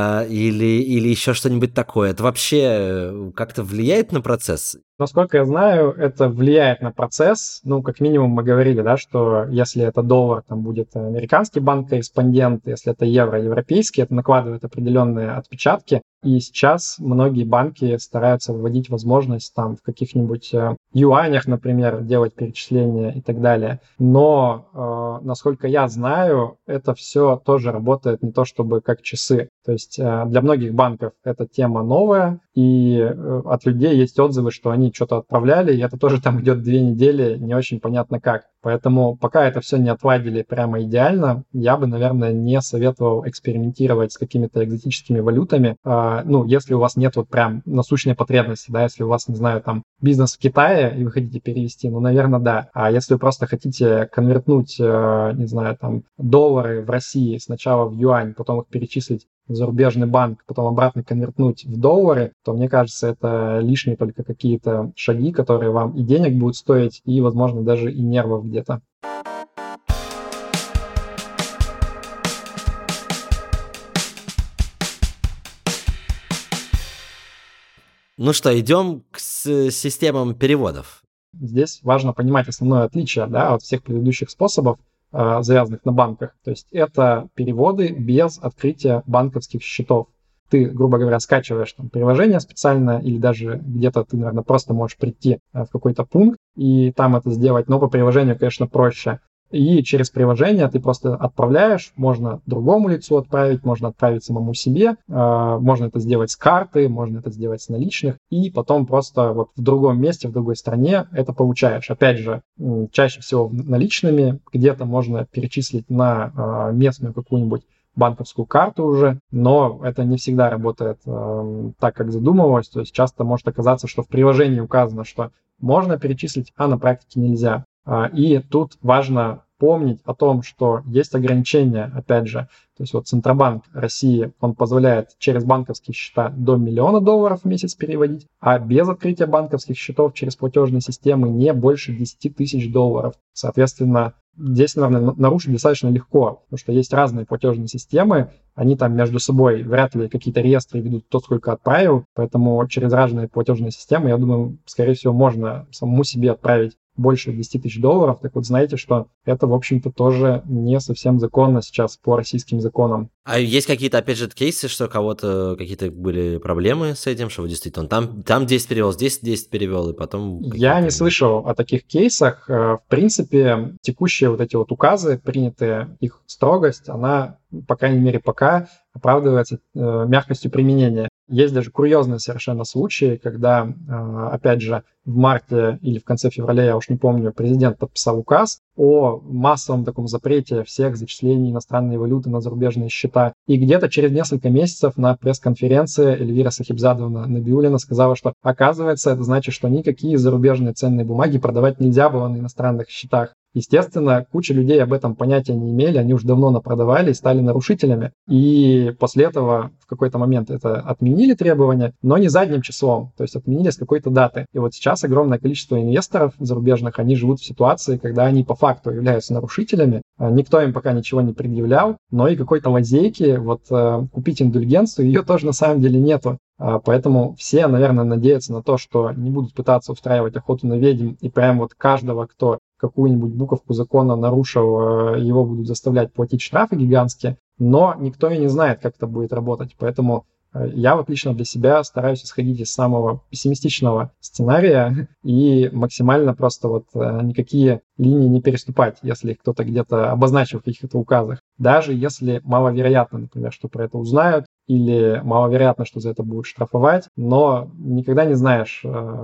или еще что-нибудь такое? Это вообще как-то влияет на процесс? Насколько я знаю, это влияет на процесс. Как минимум мы говорили, да, что если это доллар, там будет американский банк-корреспондент, если это евро, европейский, это накладывает определенные отпечатки. И сейчас многие банки стараются вводить возможность там в каких-нибудь юанях, например, делать перечисления и так далее. Но, насколько я знаю, это все тоже работает не то чтобы как часы. То есть для многих банков эта тема новая, и от людей есть отзывы, что они что-то отправляли, и это тоже там идет 2 недели, не очень понятно как. Поэтому пока это все не отладили прямо идеально, я бы, наверное, не советовал экспериментировать с какими-то экзотическими валютами. Если у вас нет вот прям насущной потребности, да, если у вас, не знаю, там бизнес в Китае, и вы хотите перевести, наверное, да. А если вы просто хотите конвертнуть, не знаю, там доллары в России сначала в юань, потом их перечислить в зарубежный банк, потом обратно конвертнуть в доллары, то, мне кажется, это лишние только какие-то шаги, которые вам и денег будут стоить, и, возможно, даже и нервов где-то. Ну что, идем к системам переводов. Здесь важно понимать основное отличие, да, от всех предыдущих способов. завязанных на банках. То есть это переводы без открытия банковских счетов. Ты, грубо говоря, скачиваешь там приложение специально, или даже где-то ты, наверное, просто можешь прийти в какой-то пункт и там это сделать, но по приложению, конечно, проще. И через приложение ты просто отправляешь, можно другому лицу отправить, можно отправить самому себе, можно это сделать с карты, можно это сделать с наличных, и потом просто вот в другом месте, в другой стране это получаешь. Опять же, чаще всего наличными, где-то можно перечислить на местную какую-нибудь банковскую карту уже, но это не всегда работает так, как задумывалось. То есть часто может оказаться, что в приложении указано, что можно перечислить, а на практике нельзя. И тут важно помнить о том, что есть ограничения, опять же. То есть вот Центробанк России, он позволяет через банковские счета до $1 миллиона в месяц переводить, а без открытия банковских счетов через платежные системы не больше $10 тысяч. Соответственно, здесь, наверное, нарушить достаточно легко, потому что есть разные платежные системы, они там между собой вряд ли какие-то реестры ведут, кто сколько отправил, поэтому через разные платежные системы, я думаю, скорее всего, можно самому себе отправить больше $10 тысяч. Так вот, знаете, что это, в общем-то, тоже не совсем законно сейчас по российским законам. А есть какие-то, опять же, кейсы, что у кого-то какие-то были проблемы с этим, что действительно там 10 перевел, здесь 10 перевел, и потом... Я не слышал о таких кейсах. В принципе, текущие вот эти вот указы, принятые, их строгость, она, по крайней мере, пока оправдывается мягкостью применения. Есть даже курьезные совершенно случаи, когда, опять же, в марте или в конце февраля, я уж не помню, президент подписал указ о массовом таком запрете всех зачислений иностранной валюты на зарубежные счета. И где-то через несколько месяцев на пресс-конференции Эльвира Сахибзадовна Набиуллина сказала, что, оказывается, это значит, что никакие зарубежные ценные бумаги продавать нельзя было на иностранных счетах. Естественно, куча людей об этом понятия не имели, они уже давно напродавали и стали нарушителями. И после этого в какой-то момент это отменили требования, но не задним числом, то есть отменили с какой-то даты. И вот сейчас огромное количество инвесторов зарубежных, они живут в ситуации, когда они по факту являются нарушителями, никто им пока ничего не предъявлял, но и какой-то лазейки, вот купить индульгенцию, ее тоже на самом деле нету. Поэтому все, наверное, надеются на то, что не будут пытаться устраивать охоту на ведьм, и прям вот каждого, кто какую-нибудь буковку закона нарушил, его будут заставлять платить штрафы гигантские, но никто и не знает, как это будет работать. Поэтому я вот лично для себя стараюсь исходить из самого пессимистичного сценария и максимально просто вот никакие линии не переступать, если их кто-то где-то обозначил в каких-то указах. Даже если маловероятно, например, что про это узнают, или маловероятно, что за это будут штрафовать, но никогда не знаешь,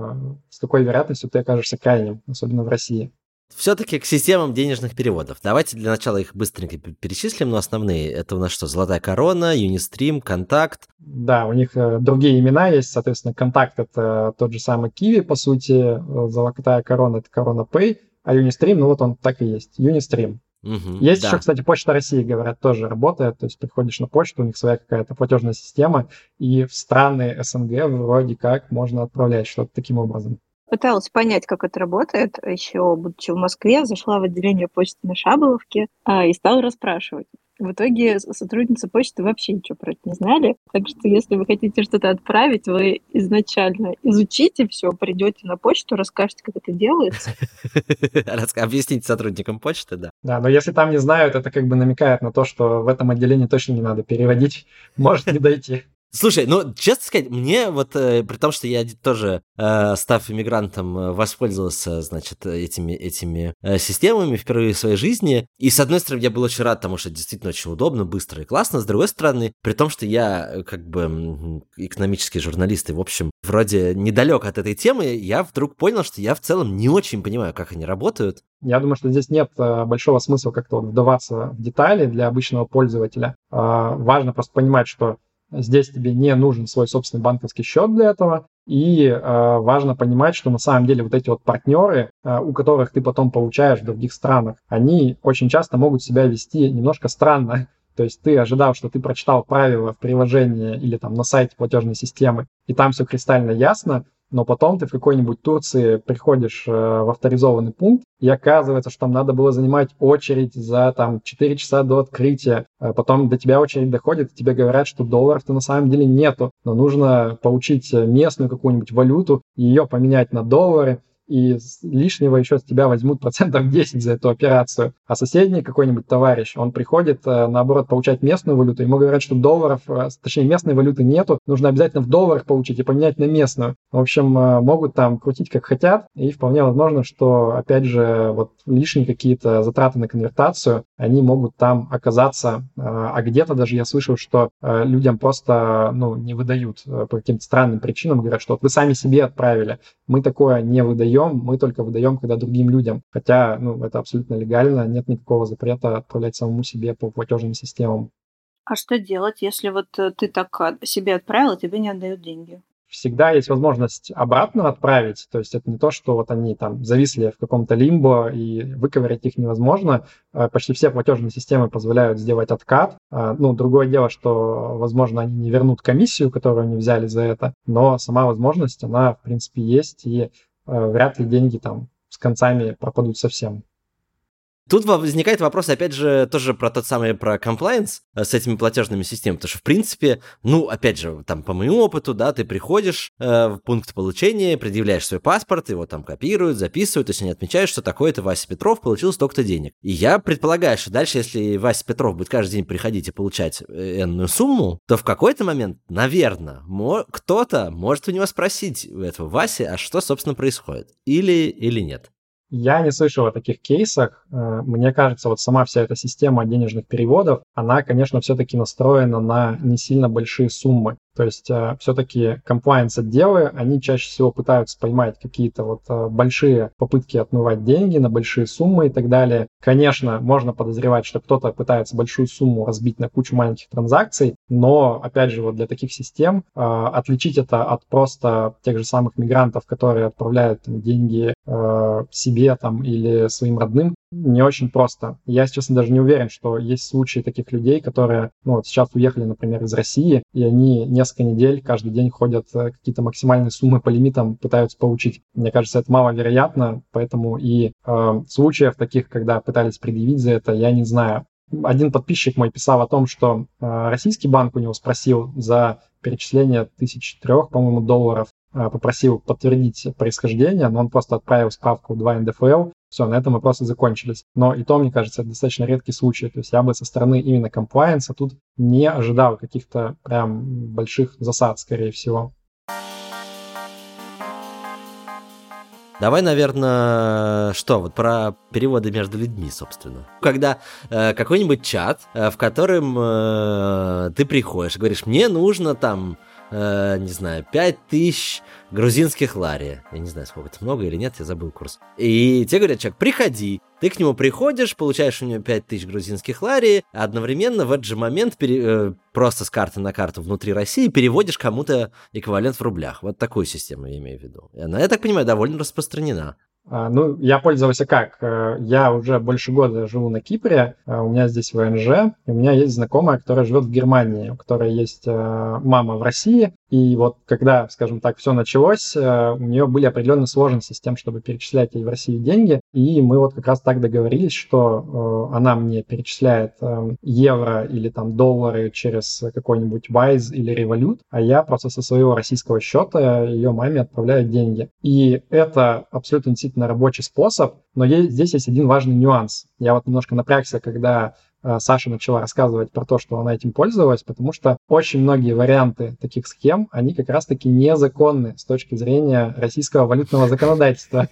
с какой вероятностью ты окажешься крайним, особенно в России. Все-таки к системам денежных переводов. Давайте для начала их быстренько перечислим, но основные. Это у нас что? Золотая корона, Юнистрим, Контакт. Да, у них другие имена есть. Соответственно, Контакт — это тот же самый Киви, по сути. Золотая корона — это Корона Пэй. А Юнистрим, ну вот он так и есть. Юнистрим. Есть еще, кстати, Почта России, говорят, тоже работает. То есть приходишь на почту, у них своя какая-то платежная система, и в страны СНГ вроде как можно отправлять что-то таким образом. Пыталась понять, как это работает. Еще, будучи в Москве, зашла в отделение почты на Шаболовке и стала расспрашивать. В итоге сотрудницы почты вообще ничего про это не знали. Так что, если вы хотите что-то отправить, вы изначально изучите все, придете на почту, расскажете, как это делается. Объясните сотрудникам почты, да. Да, но если там не знают, это как бы намекает на то, что в этом отделении точно не надо переводить. Может не дойти. Слушай, ну, честно сказать, мне вот, при том, что я тоже, став иммигрантом, воспользовался, значит, этими системами впервые в своей жизни, и, с одной стороны, я был очень рад тому, что это действительно очень удобно, быстро и классно, с другой стороны, при том, что я, как бы, экономический журналист, и, в общем, вроде недалек от этой темы, я вдруг понял, что я в целом не очень понимаю, как они работают. Я думаю, что здесь нет большого смысла как-то вдаваться в детали для обычного пользователя. Важно просто понимать, что здесь тебе не нужен свой собственный банковский счет для этого. И важно понимать, что на самом деле вот эти вот партнеры, у которых ты потом получаешь в других странах, они очень часто могут себя вести немножко странно. То есть ты ожидал, что ты прочитал правила в приложении или там на сайте платежной системы, и там все кристально ясно, но потом ты в какой-нибудь Турции приходишь в авторизованный пункт, и оказывается, что там надо было занимать очередь за там 4 часа до открытия. Потом до тебя очередь доходит, и тебе говорят, что долларов-то на самом деле нету, но нужно получить местную какую-нибудь валюту, ее поменять на доллары. и лишнего еще с тебя возьмут 10% за эту операцию. А соседний какой-нибудь товарищ, он приходит, наоборот, получать местную валюту, ему говорят, что долларов, точнее, местной валюты нету, нужно обязательно в долларах получить и поменять на местную. В общем, могут там крутить как хотят, и вполне возможно, что, опять же, вот лишние какие-то затраты на конвертацию, они могут там оказаться, а где-то даже я слышал, что людям просто, не выдают по каким-то странным причинам, говорят, что вот вы сами себе отправили, мы такое не выдаем, мы только выдаем, когда другим людям. Хотя, это абсолютно легально, нет никакого запрета отправлять самому себе по платежным системам. А что делать, если вот ты так себе отправил, и тебе не отдают деньги? Всегда есть возможность обратно отправить, то есть это не то, что вот они там зависли в каком-то лимбо и выковырять их невозможно. Почти все платежные системы позволяют сделать откат. Другое дело, что, возможно, они не вернут комиссию, которую они взяли за это, но сама возможность, она, в принципе, есть, и вряд ли деньги там с концами пропадут совсем. Тут возникает вопрос, опять же, тоже про тот самый, про комплаенс с этими платежными системами, потому что, в принципе, опять же, там, по моему опыту, да, ты приходишь в пункт получения, предъявляешь свой паспорт, его там копируют, записывают, то есть они отмечают, что такой-то Вася Петров получил столько-то денег. И я предполагаю, что дальше, если Вася Петров будет каждый день приходить и получать энную сумму, то в какой-то момент, наверное, кто-то может у него спросить, у этого Васи, а что, собственно, происходит, или нет. Я не слышал о таких кейсах. Мне кажется, вот сама вся эта система денежных переводов, она, конечно, все-таки настроена на не сильно большие суммы. То есть все-таки комплаенс-отделы, они чаще всего пытаются поймать какие-то вот большие попытки отмывать деньги на большие суммы и так далее. Конечно, можно подозревать, что кто-то пытается большую сумму разбить на кучу маленьких транзакций, но, опять же, вот для таких систем отличить это от просто тех же самых мигрантов, которые отправляют деньги себе там или своим родным, не очень просто. Я, если честно, даже не уверен, что есть случаи таких людей, которые, сейчас уехали, например, из России, и они несколько недель каждый день ходят, какие-то максимальные суммы по лимитам пытаются получить. Мне кажется, это маловероятно, поэтому и случаев таких, когда пытались предъявить за это, я не знаю. Один подписчик мой писал о том, что российский банк у него спросил за перечисление 1003, по-моему, долларов, попросил подтвердить происхождение, но он просто отправил справку в 2 НДФЛ. Все, на этом вопросы закончились. Но и то, мне кажется, это достаточно редкий случай. То есть я бы со стороны именно комплаенса тут не ожидал каких-то прям больших засад, скорее всего. Давай, наверное, вот про переводы между людьми, собственно. Когда какой-нибудь чат, в котором ты приходишь и говоришь, мне нужно там, 5000 грузинских лари. Я не знаю, сколько это много или нет, я забыл курс. И тебе говорят, человек, приходи. Ты к нему приходишь, получаешь у него 5000 грузинских лари, а одновременно в этот же момент просто с карты на карту внутри России переводишь кому-то эквивалент в рублях. Вот такую систему я имею в виду. И она, я так понимаю, довольно распространена. Я пользовался как? Я уже больше года живу на Кипре, у меня здесь ВНЖ, и у меня есть знакомая, которая живет в Германии, у которой есть мама в России, и вот когда, скажем так, все началось, у нее были определенные сложности с тем, чтобы перечислять ей в Россию деньги, и мы вот как раз так договорились, что она мне перечисляет евро или там доллары через какой-нибудь Wise или Revolut, а я просто со своего российского счета ее маме отправляю деньги. И это абсолютно действительно рабочий способ, но здесь есть один важный нюанс. Я вот немножко напрягся, когда Саша начала рассказывать про то, что она этим пользовалась, потому что очень многие варианты таких схем, они как раз-таки незаконны с точки зрения российского валютного законодательства.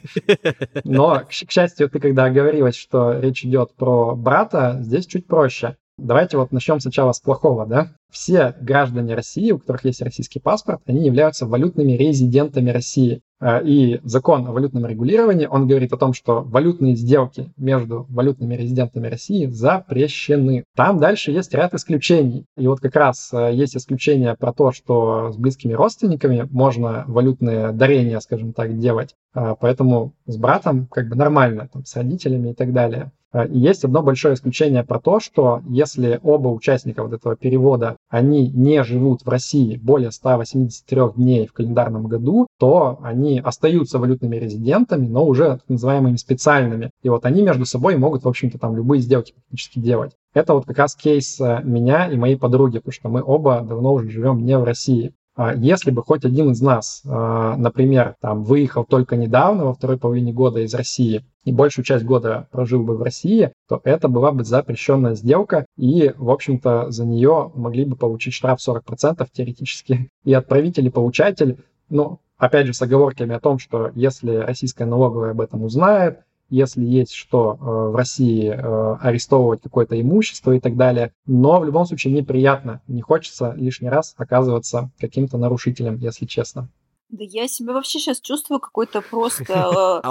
Но, к счастью, ты когда оговорилась, что речь идет про брата, здесь чуть проще. Давайте вот начнем сначала с плохого, да? Все граждане России, у которых есть российский паспорт, они являются валютными резидентами России. И закон о валютном регулировании, он говорит о том, что валютные сделки между валютными резидентами России запрещены. Там дальше есть ряд исключений. И вот как раз есть исключение про то, что с близкими родственниками можно валютные дарения, скажем так, делать. Поэтому с братом как бы нормально, там, с родителями и так далее. И есть одно большое исключение про то, что если оба участника вот этого перевода, они не живут в России более 183 дней в календарном году, то они остаются валютными резидентами, но уже так называемыми специальными. И вот они между собой могут, в общем-то, там любые сделки практически делать. Это вот как раз кейс меня и моей подруги, потому что мы оба давно уже живем не в России. Если бы хоть один из нас, например, там, выехал только недавно, во второй половине года из России, и большую часть года прожил бы в России, то это была бы запрещенная сделка, и, в общем-то, за нее могли бы получить штраф 40% теоретически. И отправитель, и получатель, опять же, с оговорками о том, что если российская налоговая об этом узнает, если есть что в России арестовывать какое-то имущество и так далее. Но в любом случае неприятно. Не хочется лишний раз оказываться каким-то нарушителем, если честно. Да я себя вообще сейчас чувствую какой-то просто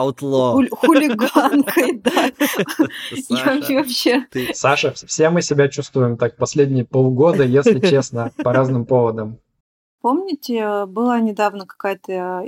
хулиганкой, да. Вообще. Саша, все мы себя чувствуем так последние полгода, если честно, по разным поводам. Помните, была недавно какая-то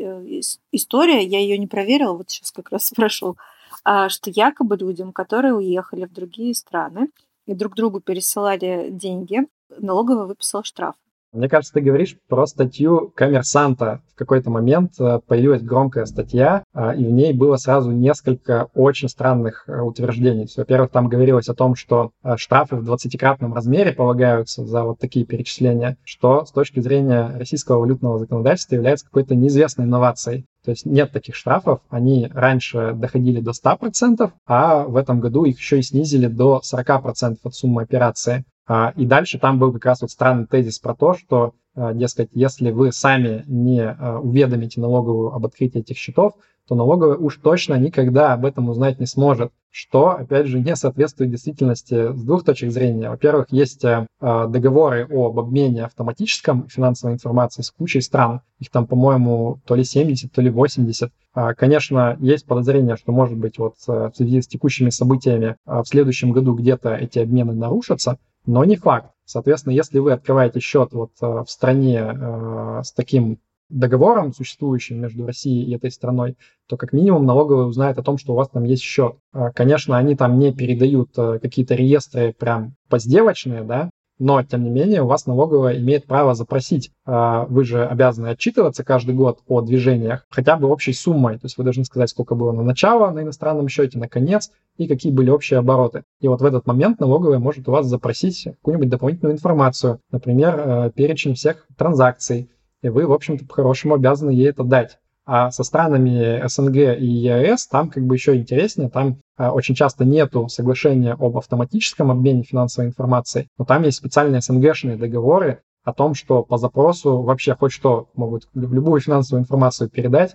история, я ее не проверила, вот сейчас как раз спрошу, что якобы людям, которые уехали в другие страны и друг другу пересылали деньги, налоговая выписала штраф. Мне кажется, ты говоришь про статью «Коммерсанта». В какой-то момент появилась громкая статья, и в ней было сразу несколько очень странных утверждений. Во-первых, там говорилось о том, что штрафы в 20-кратном размере полагаются за вот такие перечисления, что с точки зрения российского валютного законодательства является какой-то неизвестной инновацией. То есть нет таких штрафов, они раньше доходили до 100%, а в этом году их еще и снизили до 40% от суммы операции. И дальше там был как раз вот странный тезис про то, что, дескать, если вы сами не уведомите налоговую об открытии этих счетов, то налоговая уж точно никогда об этом узнать не сможет, что, опять же, не соответствует действительности с двух точек зрения. Во-первых, есть договоры об обмене автоматическом финансовой информацией с кучей стран. Их там, по-моему, то ли 70, то ли 80. Конечно, есть подозрение, что, может быть, вот в связи с текущими событиями в следующем году где-то эти обмены нарушатся, но не факт. Соответственно, если вы открываете счет вот в стране с таким договором, существующим между Россией и этой страной, то как минимум налоговая узнает о том, что у вас там есть счет. Конечно, они там не передают какие-то реестры прям поздевочные, да, но, тем не менее, у вас налоговая имеет право запросить. Вы же обязаны отчитываться каждый год о движениях хотя бы общей суммой. То есть вы должны сказать, сколько было на начало на иностранном счете, на конец и какие были общие обороты. И вот в этот момент налоговая может у вас запросить какую-нибудь дополнительную информацию, например, перечень всех транзакций. И вы, в общем-то, по-хорошему обязаны ей это дать. А со странами СНГ и ЕАЭС там как бы еще интереснее, там очень часто нету соглашения об автоматическом обмене финансовой информацией, но там есть специальные СНГшные договоры о том, что по запросу вообще хоть что могут любую финансовую информацию передать,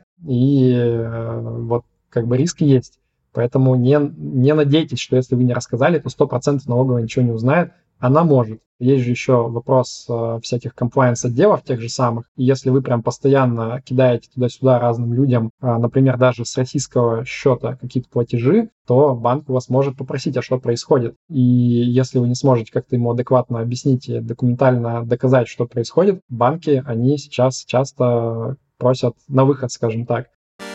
и вот как бы риски есть. Поэтому не надейтесь, что если вы не рассказали, то 100% налоговая ничего не узнает. Она может. Есть же еще вопрос всяких комплаенс-отделов тех же самых. И если вы прям постоянно кидаете туда-сюда разным людям, например, даже с российского счета какие-то платежи, то банк у вас может попросить, а что происходит. И если вы не сможете как-то ему адекватно объяснить и документально доказать, что происходит, банки, они сейчас часто просят на выход, скажем так.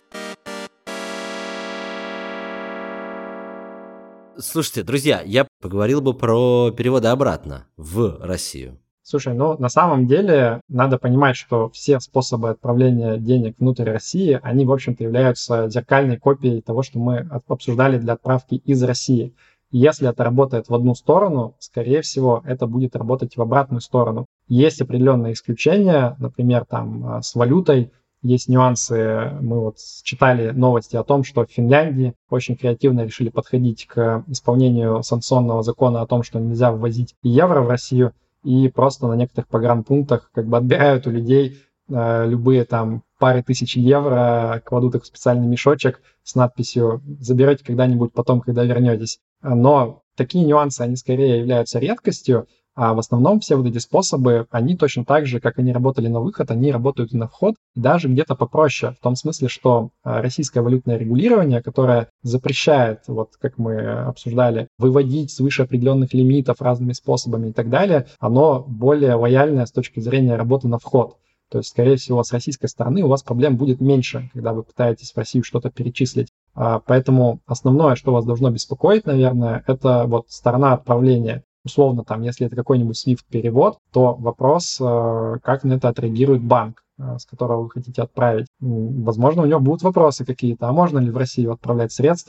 Слушайте, друзья, я поговорил бы про переводы обратно в Россию. Слушай, на самом деле надо понимать, что все способы отправления денег внутрь России, они, в общем-то, являются зеркальной копией того, что мы обсуждали для отправки из России. И если это работает в одну сторону, скорее всего, это будет работать в обратную сторону. Есть определенные исключения, например, там с валютой. Есть нюансы. Мы вот читали новости о том, что в Финляндии очень креативно решили подходить к исполнению санкционного закона о том, что нельзя ввозить евро в Россию, и просто на некоторых погранпунктах как бы отбирают у людей любые там пары тысяч евро, кладут их в специальный мешочек с надписью «Заберете когда-нибудь потом, когда вернетесь». Но такие нюансы, они скорее являются редкостью, а в основном все вот эти способы, они точно так же, как они работали на выход, они работают и на вход, и даже где-то попроще, в том смысле, что российское валютное регулирование, которое запрещает, вот как мы обсуждали, выводить свыше определенных лимитов разными способами и так далее, оно более лояльное с точки зрения работы на вход. То есть, скорее всего, с российской стороны у вас проблем будет меньше, когда вы пытаетесь в Россию что-то перечислить. Поэтому основное, что вас должно беспокоить, наверное, это вот сторона отправления. Условно, там, если это какой-нибудь SWIFT-перевод, то вопрос, как на это отреагирует банк, с которого вы хотите отправить. Возможно, у него будут вопросы какие-то, а можно ли в Россию отправлять средства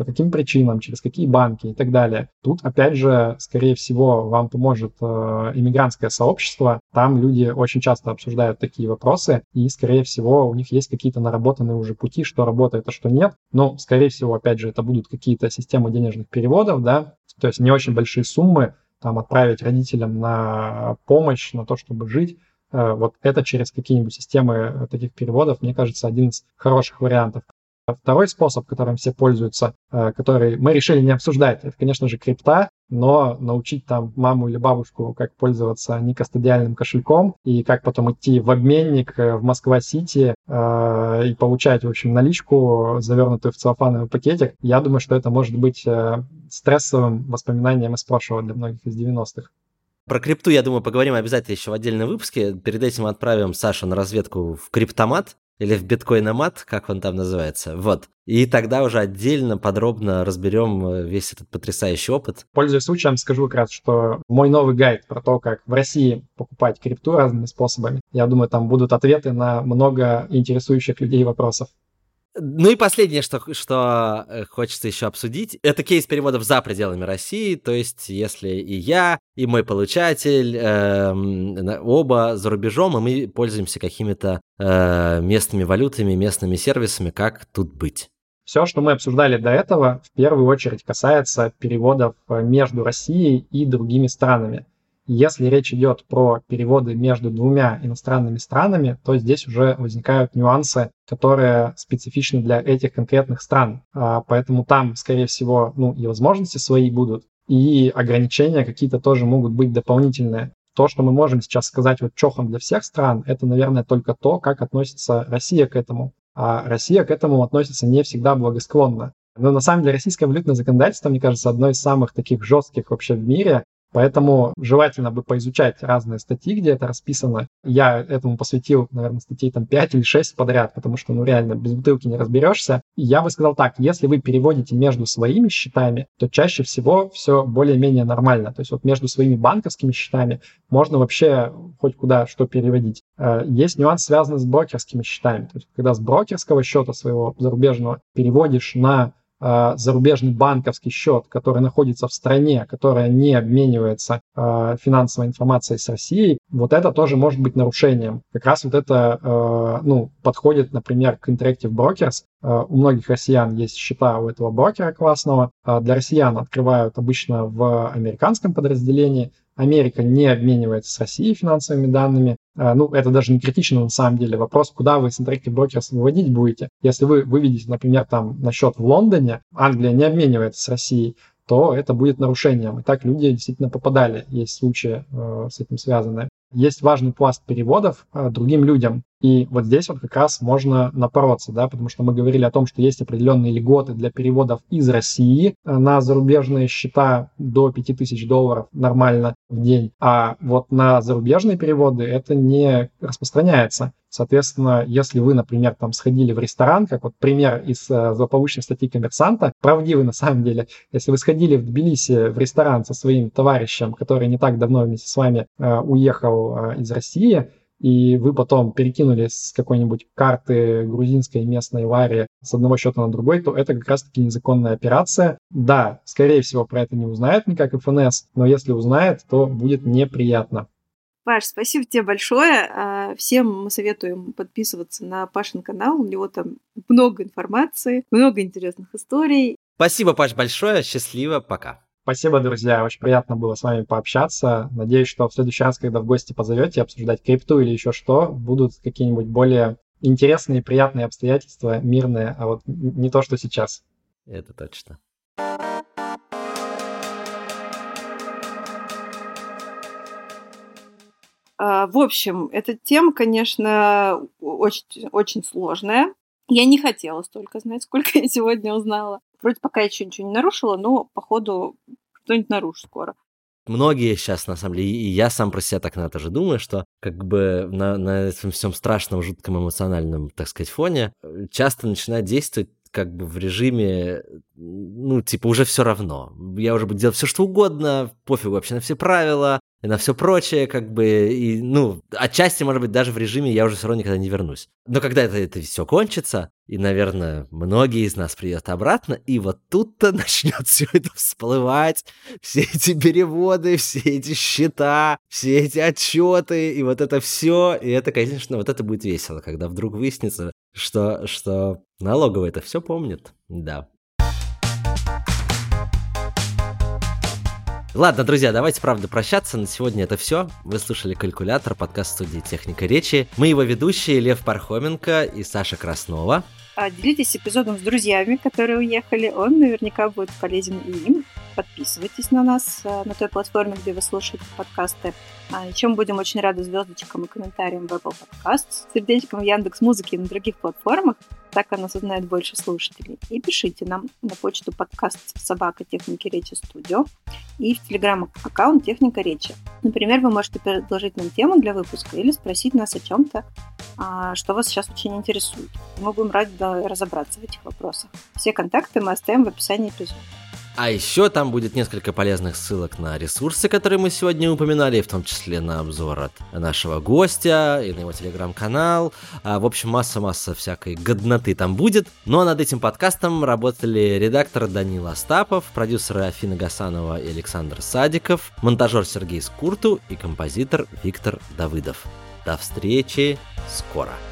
по каким причинам, через какие банки и так далее. Тут, опять же, скорее всего, вам поможет иммигрантское сообщество. Там люди очень часто обсуждают такие вопросы, и, скорее всего, у них есть какие-то наработанные уже пути, что работает, а что нет. Но, скорее всего, опять же, это будут какие-то системы денежных переводов, да, то есть не очень большие суммы, там, отправить родителям на помощь, на то, чтобы жить. Вот это через какие-нибудь системы таких переводов, мне кажется, один из хороших вариантов. Второй способ, которым все пользуются, который мы решили не обсуждать, это, конечно же, крипта, но научить там маму или бабушку, как пользоваться некастодиальным кошельком и как потом идти в обменник в Москва-Сити и получать, в общем, наличку, завернутую в целлофановый пакетик, я думаю, что это может быть стрессовым воспоминанием из прошлого для многих из 90-х. Про крипту, я думаю, поговорим обязательно еще в отдельном выпуске. Перед этим отправим Сашу на разведку в криптомат или в биткоиномат, как он там называется. Вот. И тогда уже отдельно, подробно разберем весь этот потрясающий опыт. Пользуясь случаем, скажу как раз, что мой новый гайд про то, как в России покупать крипту разными способами, я думаю, там будут ответы на много интересующих людей вопросов. Ну и последнее, что хочется еще обсудить, это кейс переводов за пределами России, то есть если и я, и мой получатель, оба за рубежом, и мы пользуемся какими-то местными валютами, местными сервисами, как тут быть? Все, что мы обсуждали до этого, в первую очередь касается переводов между Россией и другими странами. Если речь идет про переводы между двумя иностранными странами, то здесь уже возникают нюансы, которые специфичны для этих конкретных стран. Поэтому там, скорее всего, и возможности свои будут, и ограничения какие-то тоже могут быть дополнительные. То, что мы можем сейчас сказать вот чохом для всех стран, это, наверное, только то, как относится Россия к этому. А Россия к этому относится не всегда благосклонно. Но на самом деле российское валютное законодательство, мне кажется, одно из самых таких жестких вообще в мире. Поэтому желательно бы поизучать разные статьи, где это расписано. Я этому посвятил, наверное, статей там 5 или 6 подряд, потому что, реально, без бутылки не разберешься. И я бы сказал так, если вы переводите между своими счетами, то чаще всего все более-менее нормально. То есть вот между своими банковскими счетами можно вообще хоть куда что переводить. Есть нюанс, связанный с брокерскими счетами. То есть когда с брокерского счета своего зарубежного переводишь на зарубежный банковский счет, который находится в стране, которая не обменивается финансовой информацией с Россией, вот это тоже может быть нарушением. Как раз вот это подходит, например, к Interactive Brokers. У многих россиян есть счета у этого брокера классного. Для россиян открывают обычно в американском подразделении. Америка не обменивается с Россией финансовыми данными. Это даже не критично на самом деле. Вопрос, куда вы с Interactive Brokers выводить будете. Если вы выведете, например, там на счет в Лондоне, Англия не обменивается с Россией, то это будет нарушением. И так люди действительно попадали. Есть случаи с этим связанные. Есть важный пласт переводов другим людям. И вот здесь вот как раз можно напороться, да, потому что мы говорили о том, что есть определенные льготы для переводов из России на зарубежные счета до $5000 нормально в день. А вот на зарубежные переводы это не распространяется. Соответственно, если вы, например, там сходили в ресторан, как вот пример из злополучной статьи «Коммерсанта», правдивый на самом деле, если вы сходили в Тбилиси в ресторан со своим товарищем, который не так давно вместе с вами уехал из России, и вы потом перекинули с какой-нибудь карты грузинской местной лари с одного счета на другой, то это как раз-таки незаконная операция. Да, скорее всего, про это не узнает никак ФНС, но если узнает, то будет неприятно. Паш, спасибо тебе большое. Всем мы советуем подписываться на Пашин канал. У него там много информации, много интересных историй. Спасибо, Паш, большое. Счастливо. Пока. Спасибо, друзья. Очень приятно было с вами пообщаться. Надеюсь, что в следующий раз, когда в гости позовете обсуждать крипту или еще что, будут какие-нибудь более интересные, приятные обстоятельства, мирные, а вот не то, что сейчас. Это точно. В общем, эта тема, конечно, очень, очень сложная. Я не хотела столько знать, сколько я сегодня узнала. Вроде пока я еще ничего не нарушила, но, походу, что-нибудь нарушу скоро. Многие сейчас, на самом деле, и я сам про себя так тоже думаю, что как бы на этом всем страшном, жутком эмоциональном, так сказать, фоне часто начинает действовать как бы в режиме, уже все равно. Я уже буду делать все, что угодно, пофигу вообще на все правила, и на все прочее, как бы, и, отчасти, может быть, даже в режиме я уже все равно никогда не вернусь. Но когда это все кончится, и, наверное, многие из нас придут обратно, и вот тут-то начнет все это всплывать, все эти переводы, все эти счета, все эти отчеты, и вот это все, и это, конечно, вот это будет весело, когда вдруг выяснится, что налоговая это все помнит, да. Ладно, друзья, давайте, правда, прощаться. На сегодня это все. Вы слушали «Калькулятор», подкаст студии «Техника речи». Мы его ведущие Лев Пархоменко и Саша Краснова. Делитесь эпизодом с друзьями, которые уехали. Он наверняка будет полезен и им. Подписывайтесь на нас на той платформе, где вы слушаете подкасты. Еще мы будем очень рады звездочкам и комментариям в Apple Podcasts, сердечкам в Яндекс.Музыке и на других платформах. Так о нас узнает больше слушателей. И пишите нам на почту podcast@техники речи студио и в телеграм-аккаунт «Техника речи». Например, вы можете предложить нам тему для выпуска или спросить нас о чем-то, что вас сейчас очень интересует. Мы будем рады разобраться в этих вопросах. Все контакты мы оставим в описании эпизода. А еще там будет несколько полезных ссылок на ресурсы, которые мы сегодня упоминали, в том числе на обзор от нашего гостя и на его телеграм-канал. В общем, масса всякой годноты там будет. Ну а над этим подкастом работали редактор Данил Остапов, продюсеры Афина Гасанова и Александр Садиков, монтажер Сергей Скурту и композитор Виктор Давыдов. До встречи скоро!